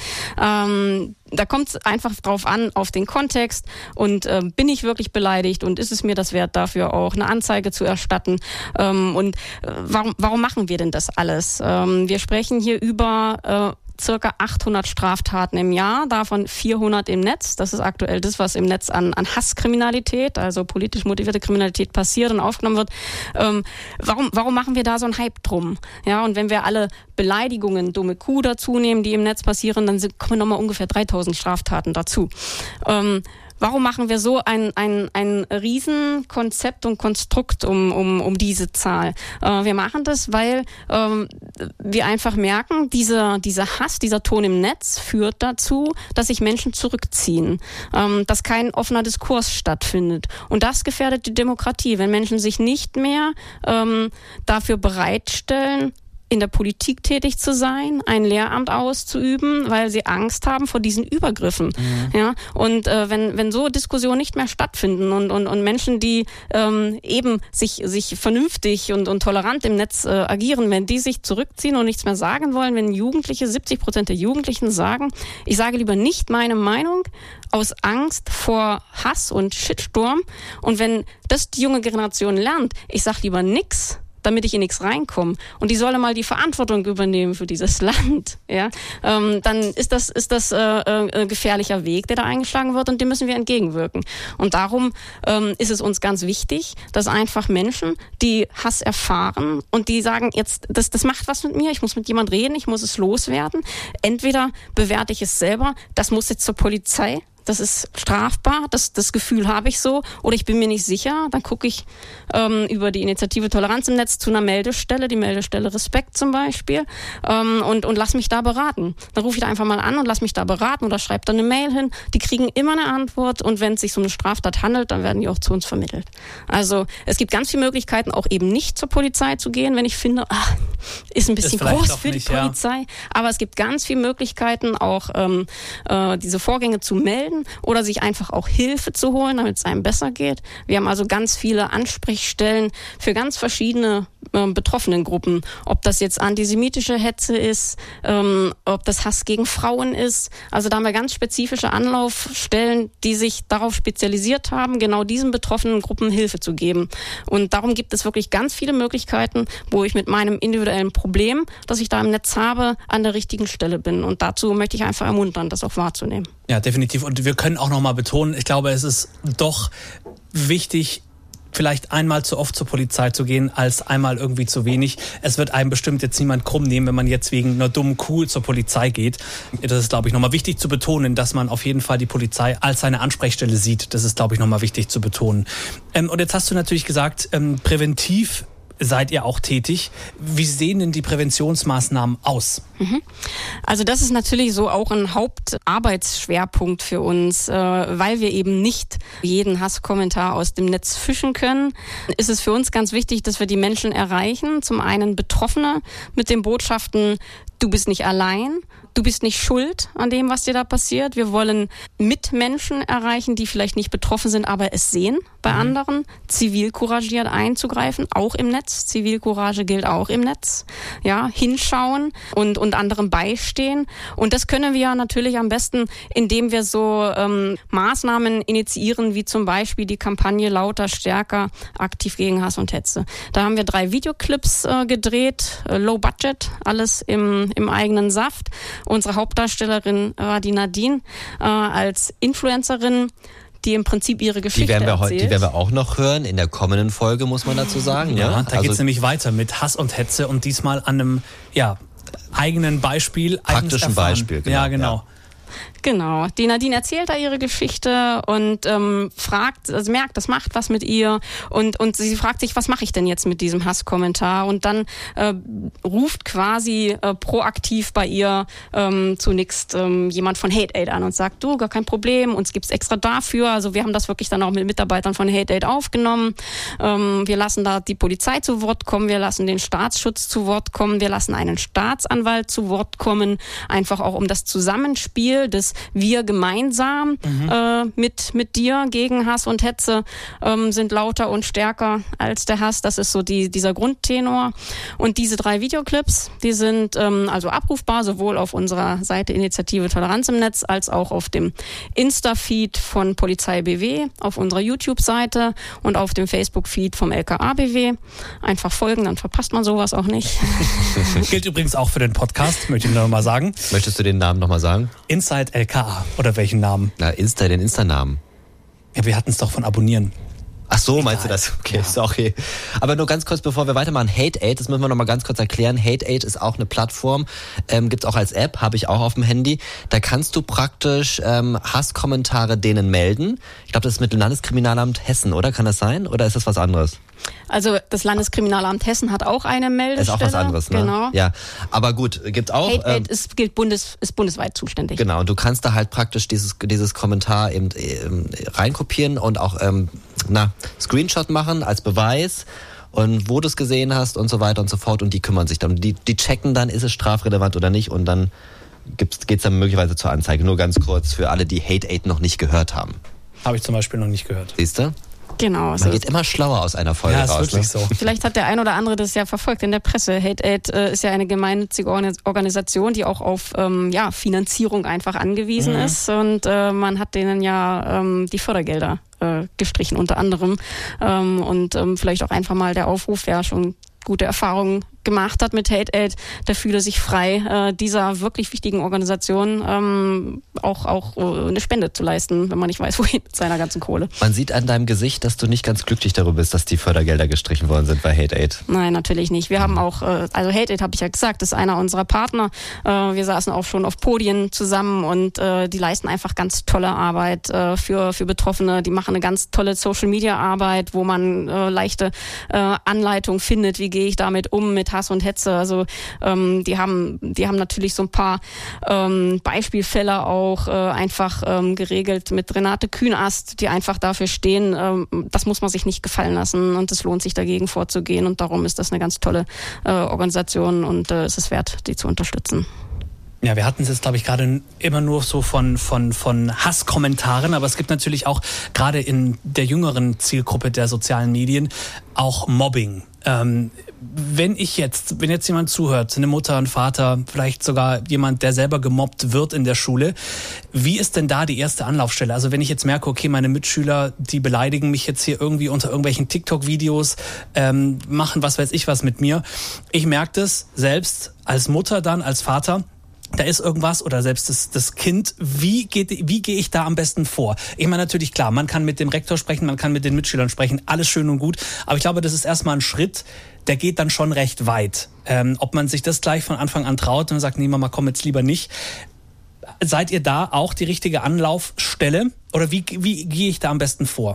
Ähm, Da kommt es einfach drauf an, auf den Kontext und äh, bin ich wirklich beleidigt und ist es mir das wert, dafür auch eine Anzeige zu erstatten? Ähm, und äh, warum, warum machen wir denn das alles? Ähm, wir sprechen hier über äh, circa achthundert Straftaten im Jahr, davon vierhundert im Netz. Das ist aktuell das, was im Netz an, an Hasskriminalität, also politisch motivierte Kriminalität passiert und aufgenommen wird. Ähm, warum, warum machen wir da so einen Hype drum? Ja, und wenn wir alle Beleidigungen, dumme Kuh dazu nehmen, die im Netz passieren, dann sind, kommen nochmal ungefähr dreitausend Straftaten dazu. Ähm, Warum machen wir so ein, ein, ein Riesenkonzept und Konstrukt um, um, um diese Zahl? Äh, wir machen das, weil ähm, wir einfach merken, dieser, dieser Hass, dieser Ton im Netz führt dazu, dass sich Menschen zurückziehen, ähm, dass kein offener Diskurs stattfindet. Und das gefährdet die Demokratie, wenn Menschen sich nicht mehr ähm, dafür bereitstellen, in der Politik tätig zu sein, ein Lehramt auszuüben, weil sie Angst haben vor diesen Übergriffen. Mhm. Ja, und äh, wenn wenn so Diskussionen nicht mehr stattfinden und und und Menschen, die ähm, eben sich sich vernünftig und und tolerant im Netz äh, agieren, wenn die sich zurückziehen und nichts mehr sagen wollen, wenn Jugendliche, siebzig Prozent der Jugendlichen sagen, ich sage lieber nicht meine Meinung aus Angst vor Hass und Shitstorm, und wenn das die junge Generation lernt, ich sage lieber nix, damit ich in nichts reinkomme, und die solle mal die Verantwortung übernehmen für dieses Land, ja, ähm, dann ist das ist das äh, äh, gefährlicher Weg, der da eingeschlagen wird, und dem müssen wir entgegenwirken. Und darum ähm, ist es uns ganz wichtig, dass einfach Menschen, die Hass erfahren und die sagen, jetzt das das macht was mit mir, ich muss mit jemand reden, ich muss es loswerden. Entweder bewerte ich es selber, das muss jetzt zur Polizei. Das ist strafbar, das, das Gefühl habe ich so, oder ich bin mir nicht sicher, dann gucke ich ähm, über die Initiative Toleranz im Netz zu einer Meldestelle, die Meldestelle Respekt zum Beispiel, ähm, und, und lass mich da beraten. Dann rufe ich da einfach mal an und lass mich da beraten oder schreibe da eine Mail hin. Die kriegen immer eine Antwort, und wenn es sich um eine Straftat handelt, dann werden die auch zu uns vermittelt. Also es gibt ganz viele Möglichkeiten, auch eben nicht zur Polizei zu gehen, wenn ich finde, ach, ist ein bisschen ist groß für nicht, die Polizei. Ja. Aber es gibt ganz viele Möglichkeiten, auch ähm, äh, diese Vorgänge zu melden oder sich einfach auch Hilfe zu holen, damit es einem besser geht. Wir haben also ganz viele Ansprechstellen für ganz verschiedene äh, betroffenen Gruppen. Ob das jetzt antisemitische Hetze ist, ähm, ob das Hass gegen Frauen ist. Also da haben wir ganz spezifische Anlaufstellen, die sich darauf spezialisiert haben, genau diesen betroffenen Gruppen Hilfe zu geben. Und darum gibt es wirklich ganz viele Möglichkeiten, wo ich mit meinem individuellen Problem, das ich da im Netz habe, an der richtigen Stelle bin. Und dazu möchte ich einfach ermuntern, das auch wahrzunehmen. Ja, definitiv. Und wir können auch noch mal betonen, ich glaube, es ist doch wichtig, vielleicht einmal zu oft zur Polizei zu gehen, als einmal irgendwie zu wenig. Es wird einem bestimmt jetzt niemand krumm nehmen, wenn man jetzt wegen einer dummen Kuh zur Polizei geht. Das ist, glaube ich, nochmal wichtig zu betonen, dass man auf jeden Fall die Polizei als seine Ansprechstelle sieht. Das ist, glaube ich, nochmal wichtig zu betonen. Ähm, und jetzt hast du natürlich gesagt, ähm, präventiv seid ihr auch tätig. Wie sehen denn die Präventionsmaßnahmen aus? Also das ist natürlich so auch ein Hauptarbeitsschwerpunkt für uns, äh, weil wir eben nicht jeden Hasskommentar aus dem Netz fischen können. Ist es für uns ganz wichtig, dass wir die Menschen erreichen. Zum einen Betroffene mit den Botschaften, du bist nicht allein, du bist nicht schuld an dem, was dir da passiert. Wir wollen Mitmenschen erreichen, die vielleicht nicht betroffen sind, aber es sehen bei mhm. anderen. Zivilcouragiert einzugreifen, auch im Netz. Zivilcourage gilt auch im Netz. Ja, hinschauen und, und anderen beistehen. Und das können wir natürlich am besten, indem wir so ähm, Maßnahmen initiieren, wie zum Beispiel die Kampagne Lauter, Stärker, aktiv gegen Hass und Hetze. Da haben wir drei Videoclips äh, gedreht, äh, low budget, alles im, im eigenen Saft. Unsere Hauptdarstellerin war die Nadine äh, als Influencerin, die im Prinzip ihre Geschichte die werden wir erzählt. Heute, die werden wir auch noch hören in der kommenden Folge, muss man dazu sagen. Ja, ja? da also geht es nämlich weiter mit Hass und Hetze und diesmal an einem ja, eigenen Beispiel. Praktischen Beispiel. Genau, ja, genau. Ja. Genau. Die Nadine erzählt da ihre Geschichte und ähm, fragt, also merkt, das macht was mit ihr und und sie fragt sich, was mache ich denn jetzt mit diesem Hasskommentar? Und dann äh, ruft quasi äh, proaktiv bei ihr ähm, zunächst ähm, jemand von Hate Aid an und sagt, du, gar kein Problem, uns gibt's extra dafür. Also wir haben das wirklich dann auch mit Mitarbeitern von Hate Aid aufgenommen. Ähm, wir lassen da die Polizei zu Wort kommen, wir lassen den Staatsschutz zu Wort kommen, wir lassen einen Staatsanwalt zu Wort kommen, einfach auch um das Zusammenspiel Spiel des Wir gemeinsam mhm. äh, mit, mit dir gegen Hass und Hetze ähm, sind lauter und stärker als der Hass. Das ist so die, dieser Grundtenor. Und diese drei Videoclips, die sind ähm, also abrufbar, sowohl auf unserer Seite Initiative Toleranz im Netz als auch auf dem Insta-Feed von Polizei B W, auf unserer YouTube-Seite und auf dem Facebook-Feed vom L K A B W. Einfach folgen, dann verpasst man sowas auch nicht. Gilt übrigens auch für den Podcast, möchte ich nur noch mal sagen. Möchtest du den Namen nochmal sagen? Inside L K A. Oder welchen Namen? Na, Insta, den Insta-Namen. Ja, wir hatten es doch von Abonnieren. Ach so, Egal. Meinst du das? Okay, ja. Ist okay. Aber nur ganz kurz, bevor wir weitermachen, Hate Aid, das müssen wir noch mal ganz kurz erklären. Hate Aid ist auch eine Plattform, ähm, gibt's auch als App, habe ich auch auf dem Handy. Da kannst du praktisch ähm, Hasskommentare denen melden. Ich glaube, das ist mit dem Landeskriminalamt Hessen, oder? Kann das sein? Oder ist das was anderes? Also das Landeskriminalamt Hessen hat auch eine Meldestelle. Ist auch was anderes, ne? Genau. Ja, aber gut, gibt's auch. Hate Aid ähm, ist, gilt bundes, ist bundesweit zuständig. Genau, und du kannst da halt praktisch dieses dieses Kommentar eben ähm, reinkopieren und auch ähm, na Screenshot machen als Beweis und wo du es gesehen hast und so weiter und so fort und die kümmern sich dann. Die die checken dann, ist es strafrelevant oder nicht und dann gibt's geht's dann möglicherweise zur Anzeige. Nur ganz kurz für alle, die Hate Aid noch nicht gehört haben. Habe ich zum Beispiel noch nicht gehört. Siehst du? Genau. Man geht immer schlauer aus einer Folge ja, ist raus. Wirklich ne? so. Vielleicht hat der ein oder andere das ja verfolgt in der Presse. Hate Aid äh, ist ja eine gemeinnützige Organisation, die auch auf ähm, ja, Finanzierung einfach angewiesen mhm. ist. Und äh, man hat denen ja ähm, die Fördergelder äh, gestrichen unter anderem. Ähm, und ähm, vielleicht auch einfach mal der Aufruf, wer schon gute Erfahrungen gemacht hat mit Hate Aid, der fühle sich frei, äh, dieser wirklich wichtigen Organisation ähm, auch, auch äh, eine Spende zu leisten, wenn man nicht weiß, wohin mit seiner ganzen Kohle. Man sieht an deinem Gesicht, dass du nicht ganz glücklich darüber bist, dass die Fördergelder gestrichen worden sind bei Hate Aid. Nein, natürlich nicht. Wir mhm. haben auch, äh, also Hate Aid habe ich ja gesagt, ist einer unserer Partner. Äh, wir saßen auch schon auf Podien zusammen und äh, die leisten einfach ganz tolle Arbeit äh, für, für Betroffene. Die machen eine ganz tolle Social-Media-Arbeit, wo man äh, leichte äh, Anleitung findet, wie gehe ich damit um, mit Hass und Hetze. Also ähm, die haben die haben natürlich so ein paar ähm, Beispielfälle auch äh, einfach ähm, geregelt mit Renate Kühnast, die einfach dafür stehen, ähm, das muss man sich nicht gefallen lassen und es lohnt sich dagegen vorzugehen und darum ist das eine ganz tolle äh, Organisation und äh, es ist wert, die zu unterstützen. Ja, wir hatten es jetzt, glaube ich, gerade immer nur so von, von, von Hasskommentaren, aber es gibt natürlich auch gerade in der jüngeren Zielgruppe der sozialen Medien auch Mobbing. Ähm, wenn ich jetzt, wenn jetzt jemand zuhört, eine Mutter, ein Vater, vielleicht sogar jemand, der selber gemobbt wird in der Schule, wie ist denn da die erste Anlaufstelle? Also wenn ich jetzt merke, okay, meine Mitschüler, die beleidigen mich jetzt hier irgendwie unter irgendwelchen TikTok-Videos, ähm, machen was weiß ich was mit mir. Ich merke das selbst als Mutter dann, als Vater, da ist irgendwas oder selbst das, das Kind, wie geht, wie gehe ich da am besten vor? Ich meine natürlich klar, man kann mit dem Rektor sprechen, man kann mit den Mitschülern sprechen, alles schön und gut, aber ich glaube, das ist erstmal ein Schritt, der geht dann schon recht weit. Ähm, ob man sich das gleich von Anfang an traut und sagt, nee Mama, komm jetzt lieber nicht. Seid ihr da auch die richtige Anlaufstelle oder wie, wie gehe ich da am besten vor?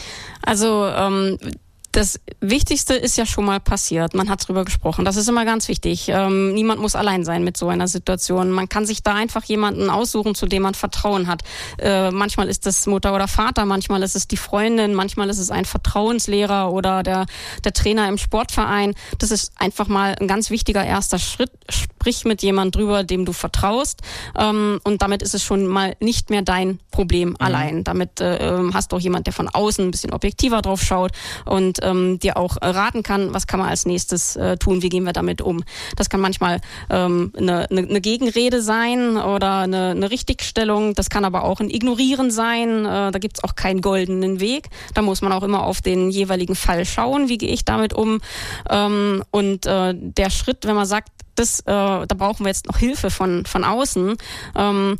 Also ähm das Wichtigste ist ja schon mal passiert. Man hat drüber gesprochen. Das ist immer ganz wichtig. Ähm, niemand muss allein sein mit so einer Situation. Man kann sich da einfach jemanden aussuchen, zu dem man Vertrauen hat. Äh, manchmal ist es Mutter oder Vater, manchmal ist es die Freundin, manchmal ist es ein Vertrauenslehrer oder der, der Trainer im Sportverein. Das ist einfach mal ein ganz wichtiger erster Schritt. Sprich mit jemandem drüber, dem du vertraust. Ähm, und damit ist es schon mal nicht mehr dein Problem mhm. allein. Damit äh, hast du auch jemand, der von außen ein bisschen objektiver drauf schaut und ähm, dir auch raten kann, was kann man als nächstes äh, tun, wie gehen wir damit um. Das kann manchmal ähm, eine, eine, eine Gegenrede sein oder eine, eine Richtigstellung, das kann aber auch ein Ignorieren sein, äh, da gibt's auch keinen goldenen Weg, da muss man auch immer auf den jeweiligen Fall schauen, wie gehe ich damit um ähm, und äh, der Schritt, wenn man sagt, das, äh, da brauchen wir jetzt noch Hilfe von, von außen, ähm,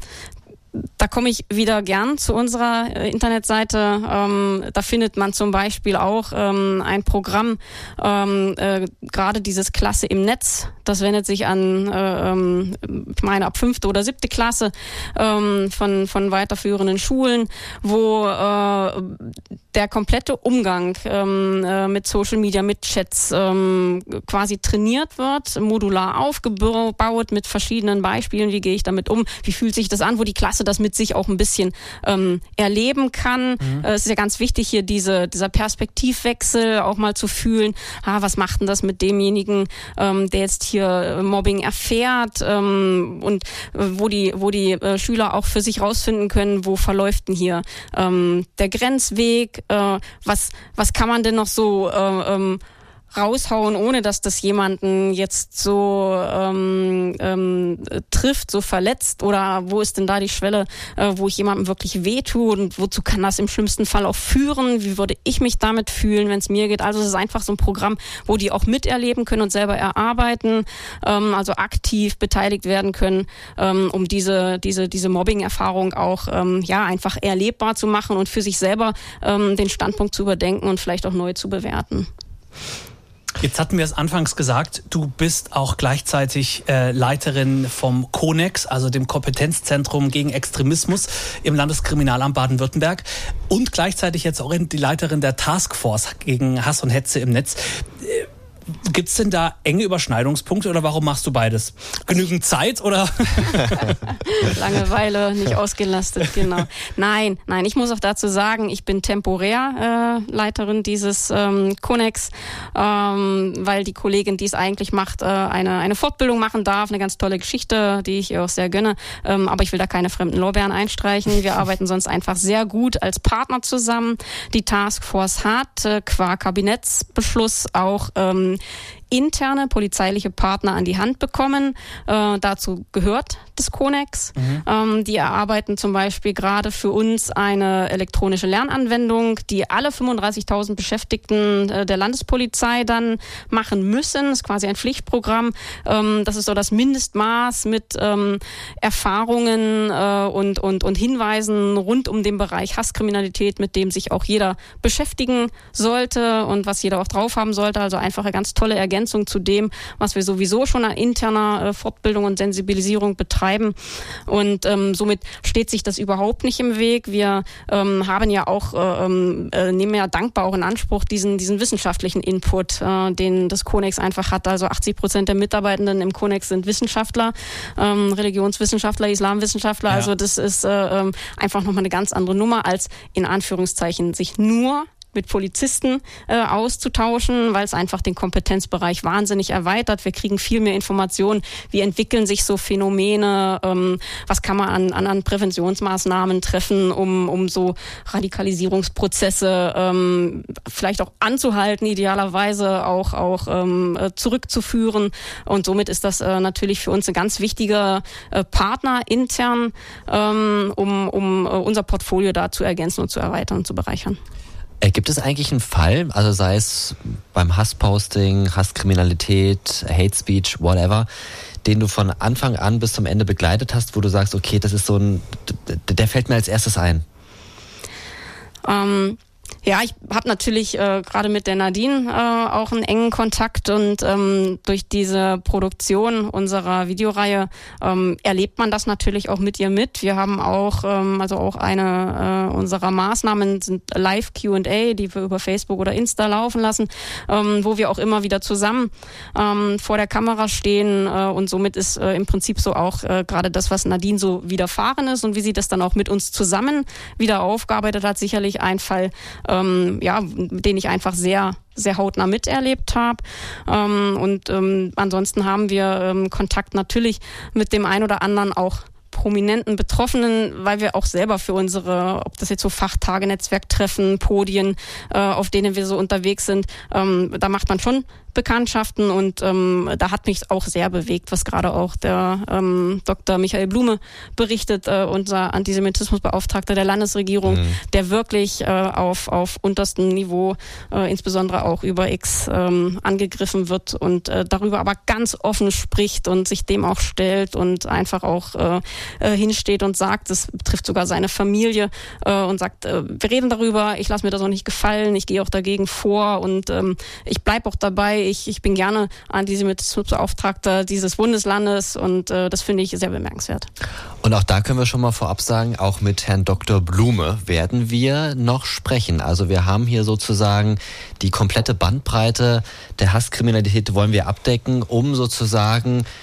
da komme ich wieder gern zu unserer äh, Internetseite. Ähm, da findet man zum Beispiel auch ähm, ein Programm, ähm, äh, gerade dieses Klasse im Netz. Das wendet sich an, äh, ähm, ich meine, ab fünfte oder siebte Klasse ähm, von von weiterführenden Schulen, wo äh, der komplette Umgang ähm, äh, mit Social Media, mit Chats ähm, quasi trainiert wird, modular aufgebaut mit verschiedenen Beispielen. Wie gehe ich damit um? Wie fühlt sich das an, wo die Klasse Ganze das mit sich auch ein bisschen ähm, erleben kann. Mhm. Äh, es ist ja ganz wichtig, hier diese, dieser Perspektivwechsel auch mal zu fühlen, ah, was macht denn das mit demjenigen, ähm, der jetzt hier Mobbing erfährt, ähm, und äh, wo die, wo die äh, Schüler auch für sich rausfinden können, wo verläuft denn hier ähm, der Grenzweg, äh, was, was kann man denn noch so äh, ähm, raushauen, ohne dass das jemanden jetzt so ähm, ähm, trifft, so verletzt, oder wo ist denn da die Schwelle, äh, wo ich jemandem wirklich wehtue und wozu kann das im schlimmsten Fall auch führen, wie würde ich mich damit fühlen, wenn es mir geht. Also es ist einfach so ein Programm, wo die auch miterleben können und selber erarbeiten, ähm, also aktiv beteiligt werden können, ähm, um diese diese diese Mobbing-Erfahrung auch ähm, ja einfach erlebbar zu machen und für sich selber ähm, den Standpunkt zu überdenken und vielleicht auch neu zu bewerten. Jetzt hatten wir es anfangs gesagt, du bist auch gleichzeitig äh, Leiterin vom Konex, also dem Kompetenzzentrum gegen Extremismus im Landeskriminalamt Baden-Württemberg, und gleichzeitig jetzt auch die Leiterin der Taskforce gegen Hass und Hetze im Netz. Äh, Gibt es denn da enge Überschneidungspunkte oder warum machst du beides? Genügend Zeit oder? Langeweile, nicht ausgelastet, genau. Nein, nein, ich muss auch dazu sagen, ich bin temporär äh, Leiterin dieses ähm, Konex, ähm, weil die Kollegin, die es eigentlich macht, äh, eine, eine Fortbildung machen darf, eine ganz tolle Geschichte, die ich ihr auch sehr gönne, ähm, aber ich will da keine fremden Lorbeeren einstreichen. Wir arbeiten sonst einfach sehr gut als Partner zusammen. Die Taskforce hat äh, qua Kabinettsbeschluss auch ähm, interne polizeiliche Partner an die Hand bekommen. Äh, dazu gehört das Konex. Mhm. Ähm, die erarbeiten zum Beispiel gerade für uns eine elektronische Lernanwendung, die alle fünfunddreißigtausend Beschäftigten äh, der Landespolizei dann machen müssen. Das ist quasi ein Pflichtprogramm. Ähm, das ist so das Mindestmaß mit ähm, Erfahrungen äh, und, und, und Hinweisen rund um den Bereich Hasskriminalität, mit dem sich auch jeder beschäftigen sollte und was jeder auch drauf haben sollte. Also einfach eine ganz tolle Ergänzung zu dem, was wir sowieso schon an interner äh, Fortbildung und Sensibilisierung betreiben. Und ähm, somit steht sich das überhaupt nicht im Weg. Wir ähm, haben ja auch, äh, äh, nehmen ja dankbar auch in Anspruch diesen, diesen wissenschaftlichen Input, äh, den das Konex einfach hat. Also achtzig Prozent der Mitarbeitenden im Konex sind Wissenschaftler, ähm, Religionswissenschaftler, Islamwissenschaftler. Ja. Also das ist äh, einfach nochmal eine ganz andere Nummer, als in Anführungszeichen sich nur mit Polizisten äh, auszutauschen, weil es einfach den Kompetenzbereich wahnsinnig erweitert. Wir kriegen viel mehr Informationen, wie entwickeln sich so Phänomene, ähm, was kann man an, an, an Präventionsmaßnahmen treffen, um, um so Radikalisierungsprozesse ähm, vielleicht auch anzuhalten, idealerweise auch, auch ähm, zurückzuführen. Und somit ist das äh, natürlich für uns ein ganz wichtiger äh, Partner intern, ähm, um, um äh, unser Portfolio da zu ergänzen und zu erweitern und zu bereichern. Gibt es eigentlich einen Fall, also sei es beim Hassposting, Hasskriminalität, Hate Speech, whatever, den du von Anfang an bis zum Ende begleitet hast, wo du sagst, okay, das ist so ein, der fällt mir als erstes ein? Ähm, ja, ich habe natürlich äh, gerade mit der Nadine äh, auch einen engen Kontakt und ähm, durch diese Produktion unserer Videoreihe ähm, erlebt man das natürlich auch mit ihr mit. Wir haben auch, ähm, also auch eine äh, unserer Maßnahmen sind Live-Q and A, die wir über Facebook oder Insta laufen lassen, ähm, wo wir auch immer wieder zusammen ähm, vor der Kamera stehen äh, und somit ist äh, im Prinzip so auch äh, gerade das, was Nadine so widerfahren ist und wie sie das dann auch mit uns zusammen wieder aufgearbeitet hat, sicherlich ein Fall, Ähm, ja, den ich einfach sehr, sehr hautnah miterlebt habe. Ähm, und ähm, ansonsten haben wir ähm, Kontakt natürlich mit dem einen oder anderen auch prominenten Betroffenen, weil wir auch selber für unsere, ob das jetzt so Fachtage, Netzwerktreffen, Podien, äh, auf denen wir so unterwegs sind, ähm, da macht man schon Bekanntschaften und ähm, da hat mich auch sehr bewegt, was gerade auch der ähm, Doktor Michael Blume berichtet, äh, unser Antisemitismusbeauftragter der Landesregierung, mhm. der wirklich äh, auf auf unterstem Niveau, äh, insbesondere auch über X, ähm, angegriffen wird und äh, darüber aber ganz offen spricht und sich dem auch stellt und einfach auch äh, äh, hinsteht und sagt, das betrifft sogar seine Familie äh, und sagt, äh, wir reden darüber, ich lasse mir das auch nicht gefallen, ich gehe auch dagegen vor und ähm, ich bleibe auch dabei. Ich, ich bin gerne Antisemitismusbeauftragter dieses Bundeslandes und äh, das finde ich sehr bemerkenswert. Und auch da können wir schon mal vorab sagen, auch mit Herrn Doktor Blume werden wir noch sprechen. Also wir haben hier sozusagen die komplette Bandbreite der Hasskriminalität wollen wir abdecken, um sozusagen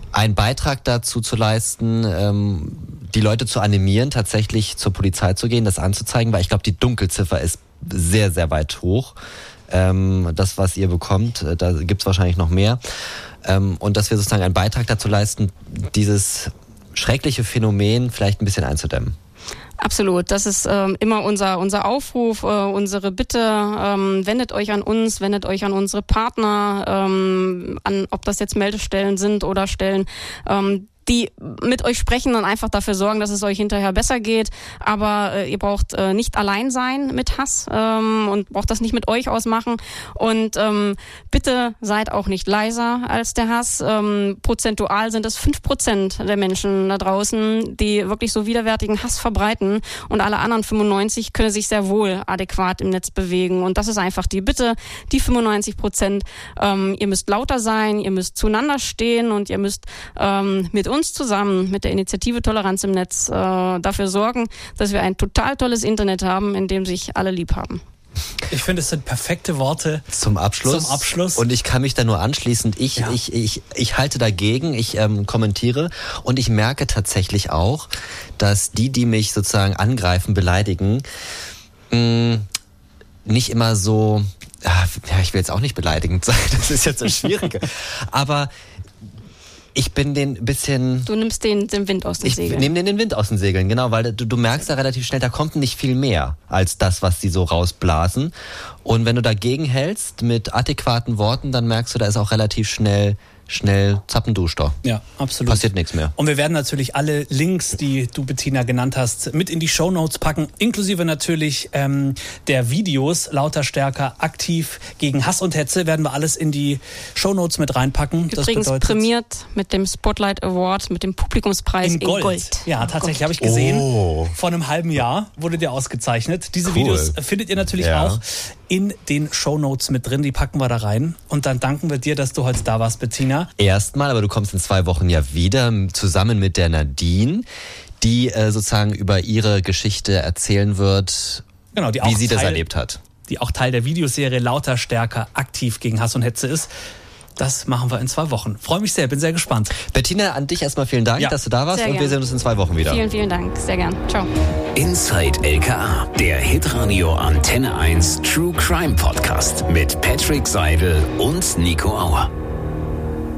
einen Beitrag dazu zu leisten, ähm, die Leute zu animieren, tatsächlich zur Polizei zu gehen, das anzuzeigen, weil ich glaube, die Dunkelziffer ist sehr, sehr weit hoch. Ähm, das, was ihr bekommt, da gibt's wahrscheinlich noch mehr. Ähm, und dass wir sozusagen einen Beitrag dazu leisten, dieses schreckliche Phänomen vielleicht ein bisschen einzudämmen. Absolut, das ist ähm, immer unser unser Aufruf, äh, unsere Bitte. Ähm, wendet euch an uns, wendet euch an unsere Partner, ähm, an ob das jetzt Meldestellen sind oder Stellen, ähm, die mit euch sprechen und einfach dafür sorgen, dass es euch hinterher besser geht. Aber äh, ihr braucht äh, nicht allein sein mit Hass ähm, und braucht das nicht mit euch ausmachen. Und ähm, bitte seid auch nicht leiser als der Hass. Ähm, prozentual sind es fünf Prozent der Menschen da draußen, die wirklich so widerwärtigen Hass verbreiten. Und alle anderen fünfundneunzig können sich sehr wohl adäquat im Netz bewegen. Und das ist einfach die Bitte, die fünfundneunzig Prozent. Ähm, ihr müsst lauter sein, ihr müsst zueinander stehen und ihr müsst ähm, mit uns zusammen mit der Initiative Toleranz im Netz äh, dafür sorgen, dass wir ein total tolles Internet haben, in dem sich alle lieb haben. Ich finde, es sind perfekte Worte zum Abschluss. Zum Abschluss. Und ich kann mich da nur anschließen. Ich, ja. ich, ich, ich halte dagegen, ich ähm, kommentiere und ich merke tatsächlich auch, dass die, die mich sozusagen angreifen, beleidigen, mh, nicht immer so, ja, ich will jetzt auch nicht beleidigend sein, das ist jetzt das Schwierige, aber ich bin den ein bisschen... Du nimmst den, den Wind aus den ich Segeln. Ich nehme den, den Wind aus den Segeln, genau, weil du, du merkst da relativ schnell, da kommt nicht viel mehr als das, was die so rausblasen. Und wenn du dagegen hältst mit adäquaten Worten, dann merkst du, da ist auch relativ schnell... schnell zappenduster. Ja, absolut. Passiert nichts mehr. Und wir werden natürlich alle Links, die du, Bettina, genannt hast, mit in die Shownotes packen, inklusive natürlich ähm, der Videos Lauter Stärker aktiv gegen Hass und Hetze, werden wir alles in die Shownotes mit reinpacken. Übrigens das bedeutet, prämiert mit dem Spotlight Award, mit dem Publikumspreis in, in Gold. Gold. Ja, tatsächlich, habe ich gesehen. Oh. Vor einem halben Jahr wurde der ausgezeichnet. Diese cool. Videos findet ihr natürlich ja. auch in den Shownotes mit drin. Die packen wir da rein. Und dann danken wir dir, dass du heute da warst, Bettina. Erstmal, aber du kommst in zwei Wochen ja wieder zusammen mit der Nadine, die äh, sozusagen über ihre Geschichte erzählen wird, genau, die wie auch sie Teil, das erlebt hat. Die auch Teil der Videoserie Lauter Stärker aktiv gegen Hass und Hetze ist. Das machen wir in zwei Wochen. Freue mich sehr, bin sehr gespannt. Bettina, an dich erstmal vielen Dank, ja. dass du da warst sehr und gern. wir sehen uns in zwei Wochen wieder. Vielen, vielen Dank. Sehr gern. Ciao. Inside L K A, der Hitradio Antenne eins True Crime Podcast mit Patrick Seidel und Nico Auer.